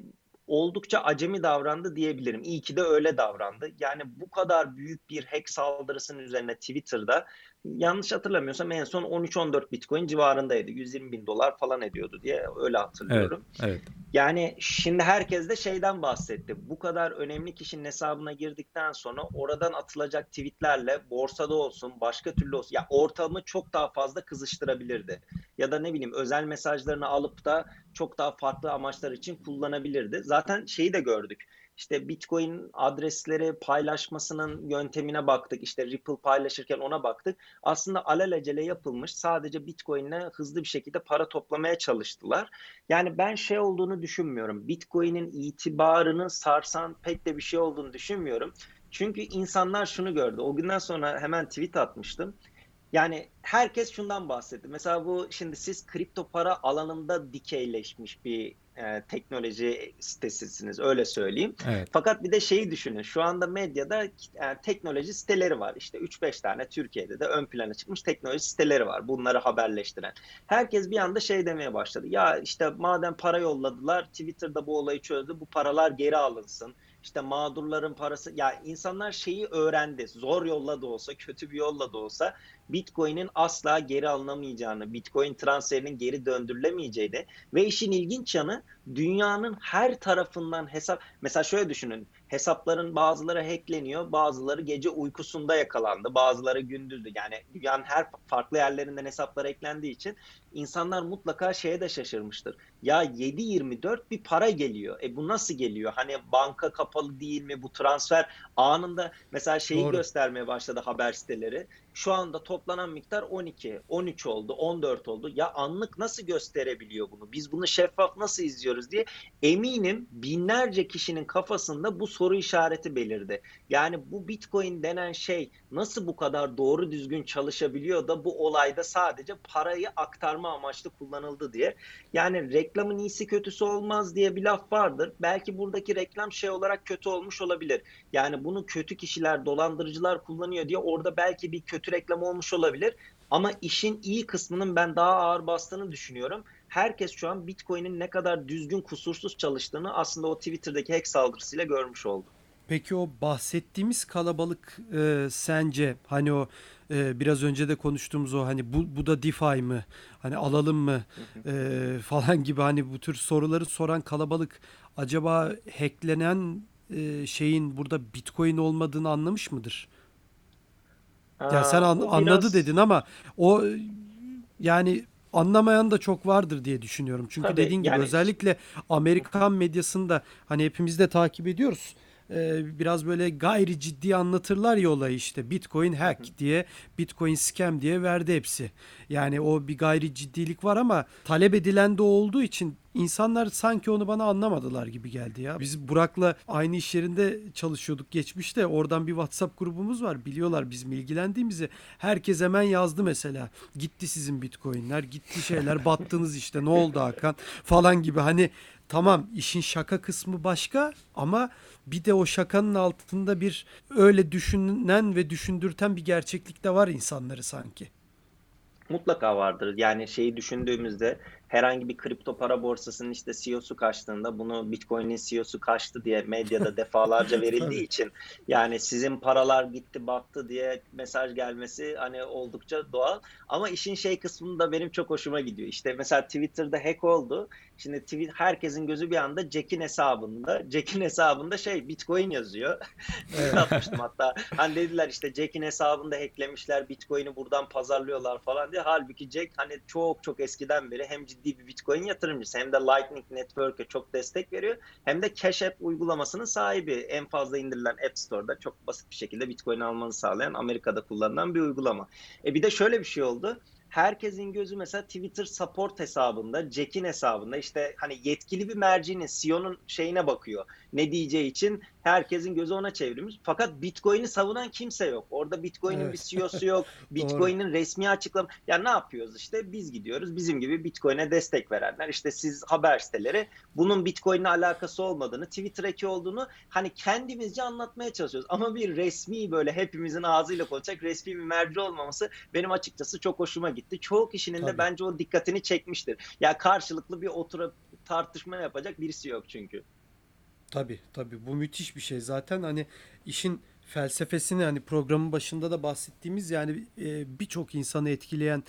oldukça acemi davrandı diyebilirim. İyi ki de öyle davrandı. Yani bu kadar büyük bir hack saldırısının üzerine Twitter'da, yanlış hatırlamıyorsam en son 13-14 Bitcoin civarındaydı. 120 bin dolar falan ediyordu diye öyle Evet, hatırlıyorum. evet. Yani şimdi herkes de şeyden bahsetti. Bu kadar önemli kişinin hesabına girdikten sonra oradan atılacak tweetlerle borsada olsun, başka türlü olsun, ya ortamı çok daha fazla kızıştırabilirdi. Ya da ne bileyim, özel mesajlarını alıp da çok daha farklı amaçlar için kullanabilirdi. Zaten şeyi de gördük. İşte Bitcoin adresleri paylaşmasının yöntemine baktık. İşte Ripple paylaşırken ona baktık. Aslında alelacele yapılmış, sadece Bitcoin'le hızlı bir şekilde para toplamaya çalıştılar. Yani ben şey olduğunu düşünmüyorum. Bitcoin'in itibarını sarsan pek de bir şey olduğunu düşünmüyorum. Çünkü insanlar şunu gördü. O günden sonra hemen tweet atmıştım. Yani herkes şundan bahsetti. Mesela bu, şimdi siz kripto para alanında dikeyleşmiş bir teknoloji sitesisiniz, öyle söyleyeyim. Evet. Fakat bir de şeyi düşünün. Şu anda medyada teknoloji siteleri var. İşte 3-5 tane Türkiye'de de ön plana çıkmış teknoloji siteleri var. Bunları haberleştiren. Herkes bir anda şey demeye başladı. Ya işte madem para yolladılar, Twitter'da bu olayı çözdü. Bu paralar geri alınsın. İşte mağdurların parası, ya insanlar şeyi öğrendi. Zor yolla da olsa, kötü bir yolla da olsa Bitcoin'in asla geri alınamayacağını, Bitcoin transferinin geri döndürülemeyeceğini ve işin ilginç yanı, dünyanın her tarafından hesap, mesela şöyle düşünün, hesapların bazıları hackleniyor, bazıları gece uykusunda yakalandı, bazıları gündüzdü. Yani dünyanın her farklı yerlerinden hesaplar eklendiği için insanlar mutlaka şeye de şaşırmıştır. Ya 7/24 bir para geliyor. Bu nasıl geliyor? Hani banka kapalı değil mi? Bu transfer anında, mesela şeyi Doğru. göstermeye başladı haber siteleri. Şu anda toplanan miktar 12, 13 oldu, 14 oldu. Ya anlık nasıl gösterebiliyor bunu? Biz bunu şeffaf nasıl izliyoruz diye eminim binlerce kişinin kafasında bu soru işareti belirdi. Yani bu Bitcoin denen şey nasıl bu kadar doğru düzgün çalışabiliyor da bu olayda sadece parayı aktarma amaçlı kullanıldı diye. Yani reklamın iyisi kötüsü olmaz diye bir laf vardır. Belki buradaki reklam şey olarak kötü olmuş olabilir. Yani bunu kötü kişiler, dolandırıcılar kullanıyor diye orada belki bir kötü reklam olmuş olabilir. Ama işin iyi kısmının ben daha ağır bastığını düşünüyorum. Herkes şu an Bitcoin'in ne kadar düzgün, kusursuz çalıştığını aslında o Twitter'daki hack saldırısıyla görmüş oldu. Peki o bahsettiğimiz kalabalık sence hani o biraz önce de konuştuğumuz o hani bu da DeFi mı? Hani alalım mı? Falan gibi hani bu tür soruları soran kalabalık acaba hacklenen şeyin burada Bitcoin olmadığını anlamış mıdır? Ya sen O anladı biraz, dedin ama o yani anlamayan da çok vardır diye düşünüyorum. Çünkü tabii dediğin gibi yani, özellikle Amerikan medyasında hani hepimiz de takip ediyoruz. Biraz böyle gayri ciddi anlatırlar ya olayı, işte Bitcoin hack diye, Bitcoin scam diye verdi hepsi. Yani o bir gayri ciddilik var ama talep edilen de olduğu için insanlar sanki onu bana anlamadılar gibi geldi ya. Biz Burak'la aynı iş yerinde çalışıyorduk geçmişte. Oradan bir WhatsApp grubumuz var. Biliyorlar bizim ilgilendiğimizi. Herkes hemen yazdı mesela. Gitti sizin Bitcoin'ler, gitti şeyler, battınız işte. Ne oldu Hakan falan gibi. Hani tamam, işin şaka kısmı başka ama bir de o şakanın altında bir öyle düşünen ve düşündürten bir gerçeklik de var insanları sanki. mutlaka vardır. Yani şeyi düşündüğümüzde, herhangi bir kripto para borsasının işte CEO'su kaçtığında, bunu Bitcoin'in CEO'su kaçtı diye medyada defalarca verildiği Tabii. için, yani sizin paralar gitti battı diye mesaj gelmesi hani oldukça doğal. Ama işin şey kısmında da benim çok hoşuma gidiyor. İşte mesela Twitter'da hack oldu. Şimdi herkesin gözü bir anda Jack'in hesabında. Jack'in hesabında şey, Bitcoin yazıyor. Tweet Evet. atmıştım hatta. Hani dediler işte Jack'in hesabında hacklemişler, Bitcoin'i buradan pazarlıyorlar falan diye. Halbuki Jack hani çok çok eskiden beri hem ciddi bir Bitcoin yatırımcısı, hem de Lightning Network'e çok destek veriyor. Hem de Cash App uygulamasının sahibi. En fazla indirilen App Store'da çok basit bir şekilde Bitcoin almanı sağlayan, Amerika'da kullanılan bir uygulama. Bir de şöyle bir şey oldu. Herkesin gözü mesela Twitter support hesabında, Jack'in hesabında, işte hani yetkili bir mercinin, CEO'nun şeyine bakıyor. Ne diyeceği için herkesin gözü ona çevrilmiş. Fakat Bitcoin'i savunan kimse yok. Orada Bitcoin'in bir Evet. CEO'su yok. Doğru. Bitcoin'in resmi açıklama. Ya ne yapıyoruz işte? Biz gidiyoruz. Bizim gibi Bitcoin'e destek verenler. İşte siz haber siteleri bunun Bitcoin'le alakası olmadığını, Twitter eki olduğunu hani kendimizce anlatmaya çalışıyoruz. Ama bir resmi, böyle hepimizin ağzıyla konuşacak resmi bir merci olmaması benim açıkçası çok hoşuma gitti. Çoğu kişinin de Tabii. bence o dikkatini çekmiştir. Ya karşılıklı bir oturup tartışma yapacak birisi yok çünkü. Tabii bu müthiş bir şey. Zaten hani işin felsefesini, hani programın başında da bahsettiğimiz, yani birçok insanı etkileyen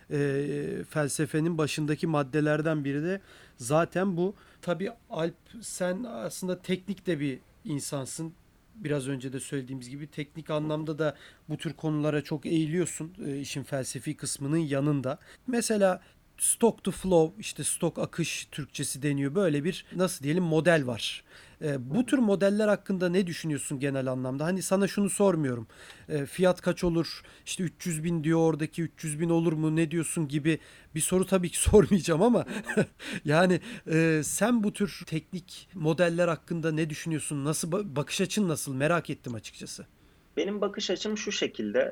felsefenin başındaki maddelerden biri de zaten bu. Tabii Alp, sen aslında teknik de bir insansın. Biraz önce de söylediğimiz gibi teknik anlamda da bu tür konulara çok eğiliyorsun, işin felsefi kısmının yanında. Mesela stock to flow, işte stok akış Türkçesi deniyor. Böyle bir, nasıl diyelim, model var. Bu tür modeller hakkında ne düşünüyorsun genel anlamda? Hani sana şunu sormuyorum. Fiyat kaç olur? İşte 300 bin diyor oradaki, 300 bin olur mu? Ne diyorsun gibi bir soru tabii ki sormayacağım ama yani sen bu tür teknik modeller hakkında ne düşünüyorsun? Nasıl, bakış açın nasıl? Merak ettim açıkçası. Benim bakış açım şu şekilde.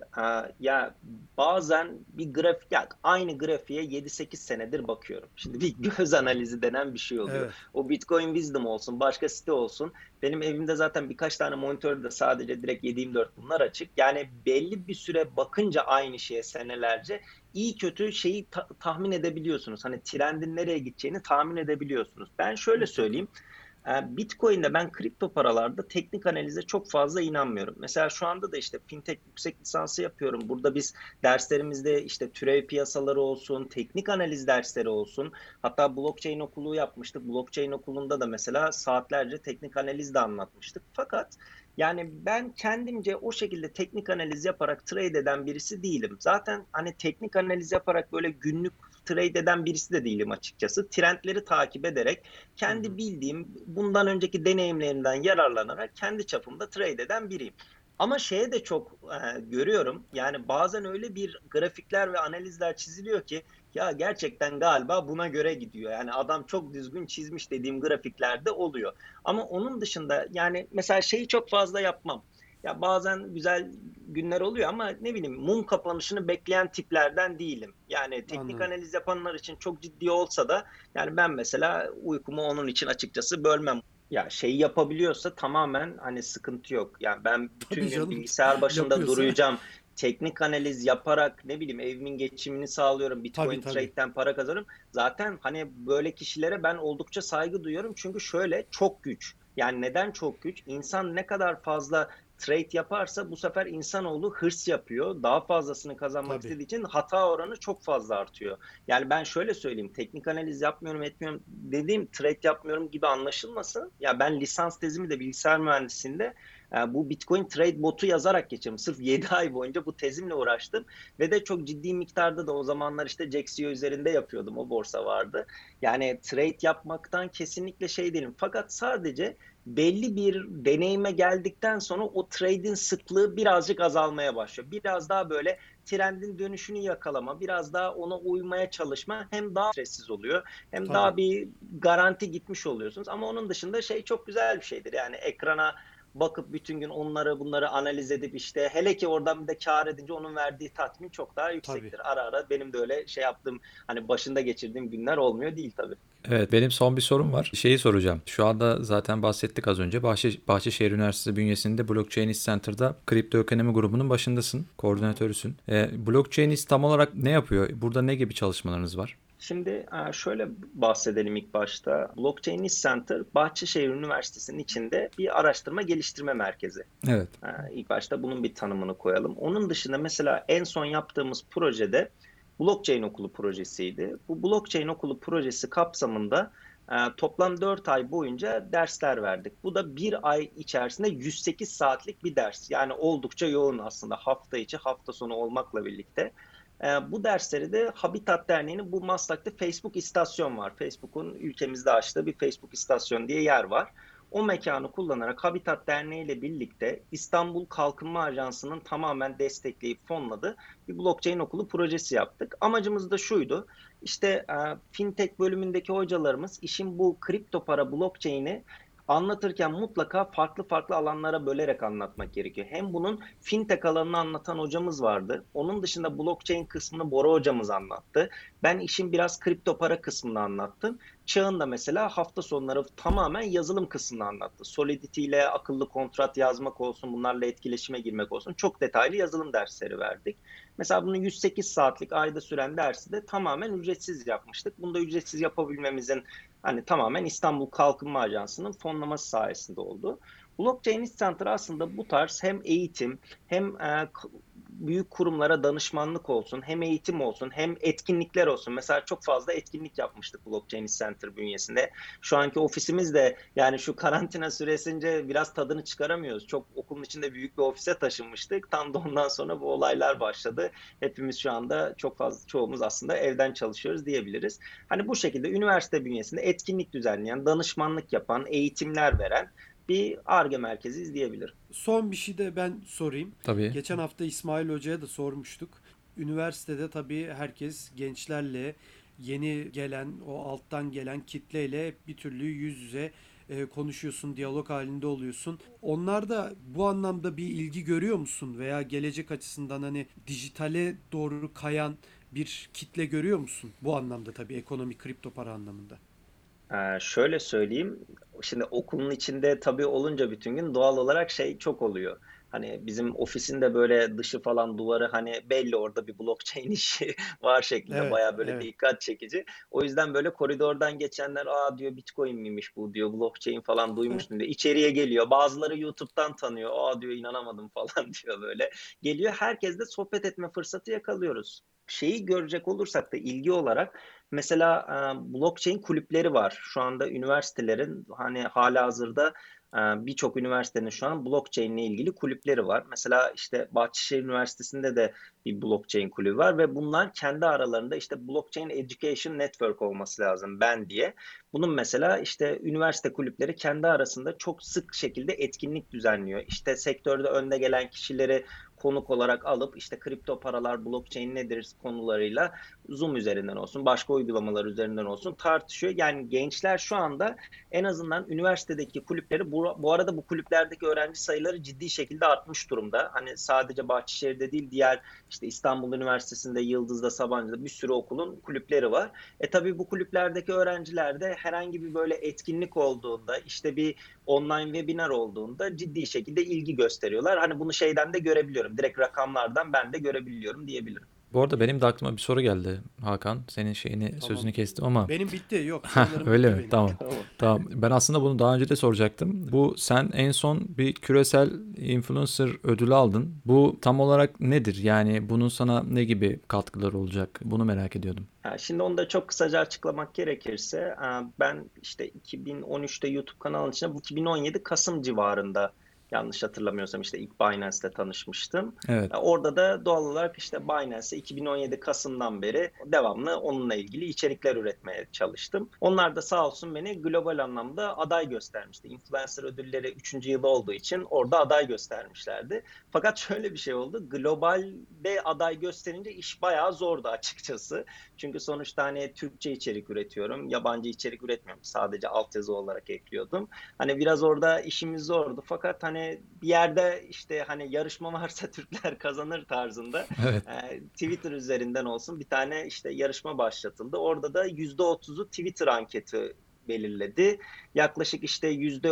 Ya bazen bir grafik, ya aynı grafiğe 7-8 senedir bakıyorum. Şimdi bir göz analizi denen bir şey oluyor. Evet. O Bitcoin Wisdom olsun, başka site olsun. Benim evimde zaten birkaç tane monitörde sadece direkt 7/24 bunlar açık. Yani belli bir süre bakınca aynı şeye senelerce iyi kötü şeyi tahmin edebiliyorsunuz. Hani trendin nereye gideceğini tahmin edebiliyorsunuz. Ben şöyle Mutlaka. söyleyeyim. Bitcoin'de ben kripto paralarda teknik analize çok fazla inanmıyorum. Mesela şu anda da işte fintech yüksek lisansı yapıyorum. Burada biz derslerimizde işte türev piyasaları olsun, teknik analiz dersleri olsun. Hatta blockchain okulu yapmıştık. Blockchain okulunda da mesela saatlerce teknik analiz de anlatmıştık. Fakat yani ben kendimce o şekilde teknik analiz yaparak trade eden birisi değilim. Zaten hani teknik analiz yaparak böyle günlük trade eden birisi de değilim açıkçası. Trendleri takip ederek Hı hı. kendi bildiğim, bundan önceki deneyimlerimden yararlanarak kendi çapımda trade eden biriyim. Ama şeye de çok görüyorum. Yani bazen öyle bir grafikler ve analizler çiziliyor ki ya gerçekten galiba buna göre gidiyor. Yani adam çok düzgün çizmiş dediğim grafiklerde oluyor. Ama onun dışında yani mesela şeyi çok fazla yapmam. Ya bazen güzel günler oluyor ama ne bileyim mum kapanışını bekleyen tiplerden değilim. Yani teknik Anladım. analiz yapanlar için çok ciddi olsa da yani ben mesela uykumu onun için açıkçası bölmem. Ya şey yapabiliyorsa tamamen hani sıkıntı yok. Yani ben Tabii bütün gün canım, bilgisayar başında yapıyorsa. duracağım. Teknik analiz yaparak ne bileyim evimin geçimini sağlıyorum. Tabii Bitcoin tabii. trade'den para kazanıyorum. Zaten hani böyle kişilere ben oldukça saygı duyuyorum. Çünkü şöyle çok güç. Yani neden çok güç? İnsan ne kadar fazla trade yaparsa bu sefer insanoğlu hırs yapıyor. Daha fazlasını kazanmak Tabii. istediği için hata oranı çok fazla artıyor. Yani ben şöyle söyleyeyim, teknik analiz yapmıyorum, etmiyorum dediğim trade yapmıyorum gibi anlaşılmasın. Ya ben lisans tezimi de bilgisayar mühendisliğinde bu Bitcoin trade botu yazarak geçirdim. Sırf 7 ay boyunca bu tezimle uğraştım ve de çok ciddi miktarda da o zamanlar işte Jaxio üzerinde yapıyordum. O borsa vardı. Yani trade yapmaktan kesinlikle şey değilim. Fakat sadece belli bir deneyime geldikten sonra o trade'in sıklığı birazcık azalmaya başlıyor. Biraz daha böyle trendin dönüşünü yakalama, biraz daha ona uymaya çalışma hem daha stressiz oluyor hem Tabii. daha bir garanti gitmiş oluyorsunuz. Ama onun dışında şey çok güzel bir şeydir. Yani ekrana bakıp bütün gün onları bunları analiz edip işte hele ki oradan bir de kâr edince onun verdiği tatmin çok daha Tabii. yüksektir. Ara ara benim de öyle şey yaptığım hani başında geçirdiğim günler olmuyor değil tabii. Evet, benim son bir sorum var. Şeyi soracağım. Şu anda zaten bahsettik az önce. Bahçeşehir Üniversitesi bünyesinde Blockchainist Center'da kripto ekonomi grubunun başındasın, koordinatörüsün. Blockchainist tam olarak ne yapıyor? Burada ne gibi çalışmalarınız var? Şimdi şöyle bahsedelim ilk başta. Blockchain Center, Bahçeşehir Üniversitesi'nin içinde bir araştırma geliştirme merkezi. Evet. İlk başta bunun bir tanımını koyalım. Onun dışında mesela en son yaptığımız projede Blockchain Okulu projesiydi. Bu Blockchain Okulu projesi kapsamında toplam 4 ay boyunca dersler verdik. Bu da bir ay içerisinde 108 saatlik bir ders. Yani oldukça yoğun aslında hafta içi hafta sonu olmakla birlikte. Bu dersleri de Habitat Derneği'nin bu Maslak'ta Facebook istasyon var. Facebook'un ülkemizde açtığı bir Facebook istasyon diye yer var. O mekanı kullanarak Habitat Derneği ile birlikte İstanbul Kalkınma Ajansı'nın tamamen destekleyip fonladığı bir blockchain okulu projesi yaptık. Amacımız da şuydu. İşte fintech bölümündeki hocalarımız işin bu kripto para blockchain'i anlatırken mutlaka farklı farklı alanlara bölerek anlatmak gerekiyor. Hem bunun fintech alanını anlatan hocamız vardı. Onun dışında blockchain kısmını Bora hocamız anlattı. Ben işin biraz kripto para kısmını anlattım. Çağın da mesela hafta sonları tamamen yazılım kısmını anlattı. Solidity ile akıllı kontrat yazmak olsun, bunlarla etkileşime girmek olsun. Çok detaylı yazılım dersleri verdik. Mesela bunu 108 saatlik ayda süren dersi de tamamen ücretsiz yapmıştık. Bunu da ücretsiz yapabilmemizin hani tamamen İstanbul Kalkınma Ajansı'nın fonlaması sayesinde oldu. Blockchain Center aslında bu tarz hem eğitim hem büyük kurumlara danışmanlık olsun, hem eğitim olsun, hem etkinlikler olsun. Mesela çok fazla etkinlik yapmıştık Blockchain Center bünyesinde. Şu anki ofisimiz de yani şu karantina süresince biraz tadını çıkaramıyoruz. Çok okulun içinde büyük bir ofise taşınmıştık. Tam da ondan sonra bu olaylar başladı. Hepimiz şu anda çok fazla, çoğumuz aslında evden çalışıyoruz diyebiliriz. Hani bu şekilde üniversite bünyesinde etkinlik düzenleyen, danışmanlık yapan, eğitimler veren bir Ar-Ge merkeziyiz diyebilirim. Son bir şey de ben sorayım. Tabii. Geçen hafta İsmail Hoca'ya da sormuştuk. Üniversitede tabii herkes gençlerle, yeni gelen, o alttan gelen kitleyle bir türlü yüz yüze konuşuyorsun, diyalog halinde oluyorsun. Onlar da bu anlamda bir ilgi görüyor musun? Veya gelecek açısından hani dijitale doğru kayan bir kitle görüyor musun? Bu anlamda tabii, ekonomi, kripto para anlamında. Şöyle söyleyeyim, şimdi okulun içinde tabii olunca bütün gün doğal olarak şey çok oluyor. Hani bizim ofisin de böyle dışı falan duvarı hani belli orada bir blockchain işi var şeklinde Evet, baya böyle evet. dikkat çekici. O yüzden böyle koridordan geçenler aa diyor Bitcoin miymiş bu diyor blockchain falan duymuştum diyor. İçeriye geliyor. Bazıları YouTube'dan tanıyor. Aa diyor inanamadım falan diyor böyle. Geliyor herkesle sohbet etme fırsatı yakalıyoruz. Şeyi görecek olursak da ilgi olarak mesela blockchain kulüpleri var. Şu anda üniversitelerin hani halihazırda birçok üniversitenin şu an blockchain ile ilgili kulüpleri var. Mesela işte Bahçeşehir Üniversitesi'nde de bir blockchain kulübü var ve bunlar kendi aralarında işte Blockchain Education Network olması lazım ben diye. Bunun mesela işte üniversite kulüpleri kendi arasında çok sık şekilde etkinlik düzenliyor. İşte sektörde önde gelen kişileri konuk olarak alıp işte kripto paralar, blockchain nedir konularıyla Zoom üzerinden olsun, başka uygulamalar üzerinden olsun tartışıyor. Yani gençler şu anda en azından üniversitedeki kulüpleri, bu arada bu kulüplerdeki öğrenci sayıları ciddi şekilde artmış durumda. Hani sadece Bahçeşehir'de değil, diğer işte İstanbul Üniversitesi'nde, Yıldız'da, Sabancı'da bir sürü okulun kulüpleri var. Tabii bu kulüplerdeki öğrenciler de herhangi bir böyle etkinlik olduğunda, işte bir online webinar olduğunda ciddi şekilde ilgi gösteriyorlar. Hani bunu şeyden de görebiliyorum. Direkt rakamlardan ben de görebiliyorum diyebilirim. Bu arada benim de aklıma bir soru geldi Hakan. Senin Tamam. sözünü kestim ama. Benim bitti. Yok, sorularım Öyle bitti mi? benim. Tamam. Tamam. Tamam. Ben aslında bunu daha önce de soracaktım. Bu sen en son bir küresel influencer ödülü aldın. Bu tam olarak nedir? Yani bunun sana ne gibi katkıları olacak? Bunu merak ediyordum. Şimdi onu da çok kısaca açıklamak gerekirse ben işte 2013'te YouTube kanalının içinde bu 2017 Kasım civarında yanlış hatırlamıyorsam işte ilk Binance'le tanışmıştım. Evet. Orada da doğal olarak işte Binance'e 2017 Kasım'dan beri devamlı onunla ilgili içerikler üretmeye çalıştım. Onlar da sağ olsun beni global anlamda aday göstermişti. Influencer ödülleri 3. yılı olduğu için orada aday göstermişlerdi. Fakat şöyle bir şey oldu. Globalde aday gösterince iş bayağı zordu açıkçası. Çünkü sonuçta hani Türkçe içerik üretiyorum. Yabancı içerik üretmiyorum. Sadece altyazı olarak ekliyordum. Hani biraz orada işimiz zordu. Fakat hani bir yerde işte hani yarışma varsa Türkler kazanır tarzında Evet. Twitter üzerinden olsun bir tane işte yarışma başlatıldı. Orada da %30'u Twitter anketi belirledi. Yaklaşık işte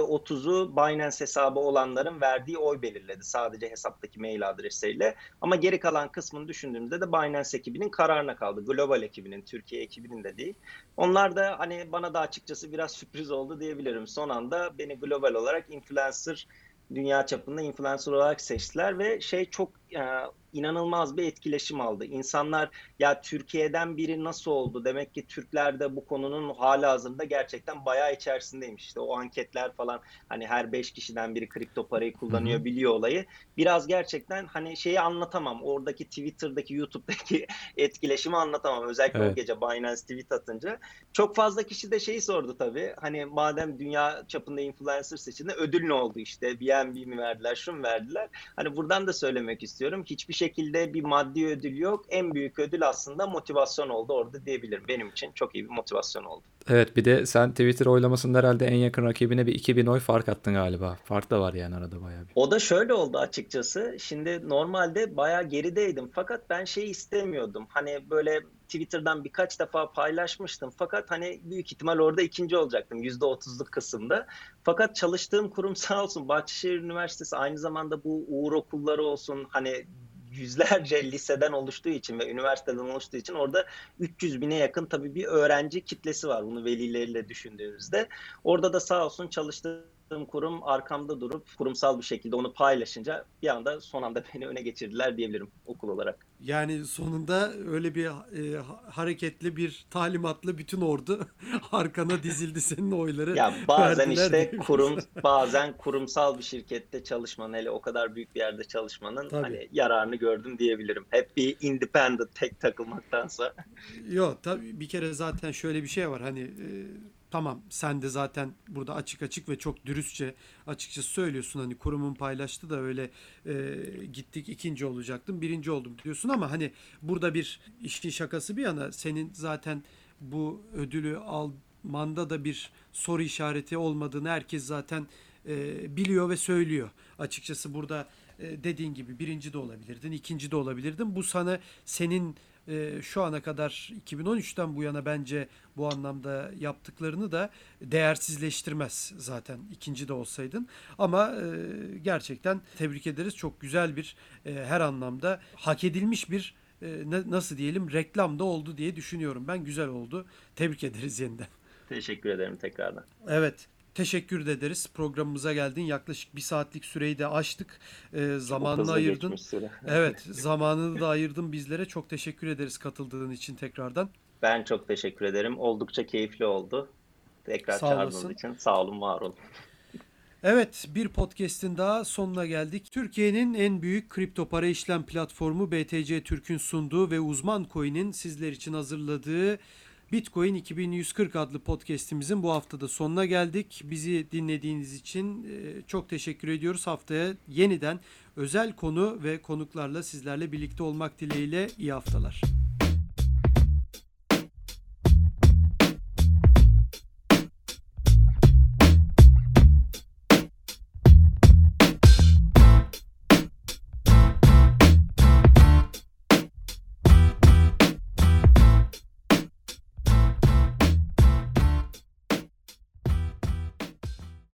%30'u Binance hesabı olanların verdiği oy belirledi. Sadece hesaptaki mail adresleriyle. Ama geri kalan kısmını düşündüğümüzde de Binance ekibinin kararına kaldı. Global ekibinin, Türkiye ekibinin de değil. Onlar da hani bana da açıkçası biraz sürpriz oldu diyebilirim. Son anda beni global olarak influencer, dünya çapında influencer olarak seçtiler ve şey çok inanılmaz bir etkileşim aldı. İnsanlar ya Türkiye'den biri nasıl oldu? Demek ki Türkler de bu konunun halihazırda gerçekten bayağı içerisindeymiş. İşte o anketler falan hani her 5 kişiden biri kripto parayı Hı hı. kullanıyor biliyor olayı. Biraz gerçekten hani şeyi anlatamam. Oradaki Twitter'daki, YouTube'daki etkileşimi anlatamam. Özellikle o Evet. gece Binance tweet atınca. Çok fazla kişi de şeyi sordu tabii. Hani madem dünya çapında influencer seçildi ödül ne oldu işte? BNB mi verdiler, şu mu verdiler? Hani buradan da söylemek istiyorum. Hiçbir şekilde bir maddi ödül yok. En büyük ödül aslında motivasyon oldu orada diyebilirim. Benim için çok iyi bir motivasyon oldu. Evet, bir de sen Twitter oylamasında herhalde en yakın rakibine bir 2000 oy fark attın galiba. Fark da var yani arada bayağı bir. O da şöyle oldu açıkçası. Şimdi normalde bayağı gerideydim. Fakat ben şeyi istemiyordum. Hani böyle Twitter'dan birkaç defa paylaşmıştım. Fakat hani büyük ihtimal orada ikinci olacaktım. %30'luk kısımda. Fakat çalıştığım kurum sağ olsun Bahçeşehir Üniversitesi, aynı zamanda bu Uğur Okulları olsun, hani yüzlerce liseden oluştuğu için ve üniversiteden oluştuğu için orada 300 bine yakın tabii bir öğrenci kitlesi var, bunu velileriyle düşündüğümüzde. Orada da sağ olsun çalıştığım kurum arkamda durup kurumsal bir şekilde onu paylaşınca bir anda son anda beni öne geçirdiler diyebilirim okul olarak. Yani sonunda öyle bir hareketli, bir talimatlı bütün ordu arkana dizildi, senin oyları Ya bazen verdiler işte diyebiliriz. bazen kurumsal bir şirkette çalışmanın, hele o kadar büyük bir yerde çalışmanın Tabii. hani yararını gördüm diyebilirim. Hep bir independent, tek takılmaktansa. Yok tabii, bir kere zaten şöyle bir şey var, hani tamam, sen de zaten burada açık açık ve çok dürüstçe açıkçası söylüyorsun, hani kurumun paylaştı da öyle gittik ikinci olacaktım birinci oldum diyorsun, ama hani burada bir işin şakası bir yana, senin zaten bu ödülü almanda da bir soru işareti olmadığını herkes zaten biliyor ve söylüyor. Açıkçası burada dediğin gibi birinci de olabilirdin, ikinci de olabilirdin. Bu sana, senin şu ana kadar 2013'ten bu yana bence bu anlamda yaptıklarını da değersizleştirmez zaten ikinci de olsaydın. Ama gerçekten tebrik ederiz. Çok güzel bir, her anlamda hak edilmiş bir, nasıl diyelim, reklam da oldu diye düşünüyorum. Ben güzel oldu. Tebrik ederiz yeniden. Teşekkür ederim tekrardan. Evet. Teşekkür ederiz. Programımıza geldin. Yaklaşık bir saatlik süreyi de aştık. Çok Zamanını hızlı ayırdın. geçmiş süre. Evet, zamanını da ayırdın bizlere. Çok teşekkür ederiz katıldığın için tekrardan. Ben çok teşekkür ederim. Oldukça keyifli oldu. Tekrar Sağ çağırdığınız olasın. için sağ olun, var olun. Evet, bir podcast'in daha sonuna geldik. Türkiye'nin en büyük kripto para işlem platformu BTC Türk'ün sunduğu ve Uzman Coin'in sizler için hazırladığı Bitcoin 2140 adlı podcast'imizin bu haftada sonuna geldik. Bizi dinlediğiniz için çok teşekkür ediyoruz. Haftaya yeniden özel konu ve konuklarla sizlerle birlikte olmak dileğiyle, iyi haftalar.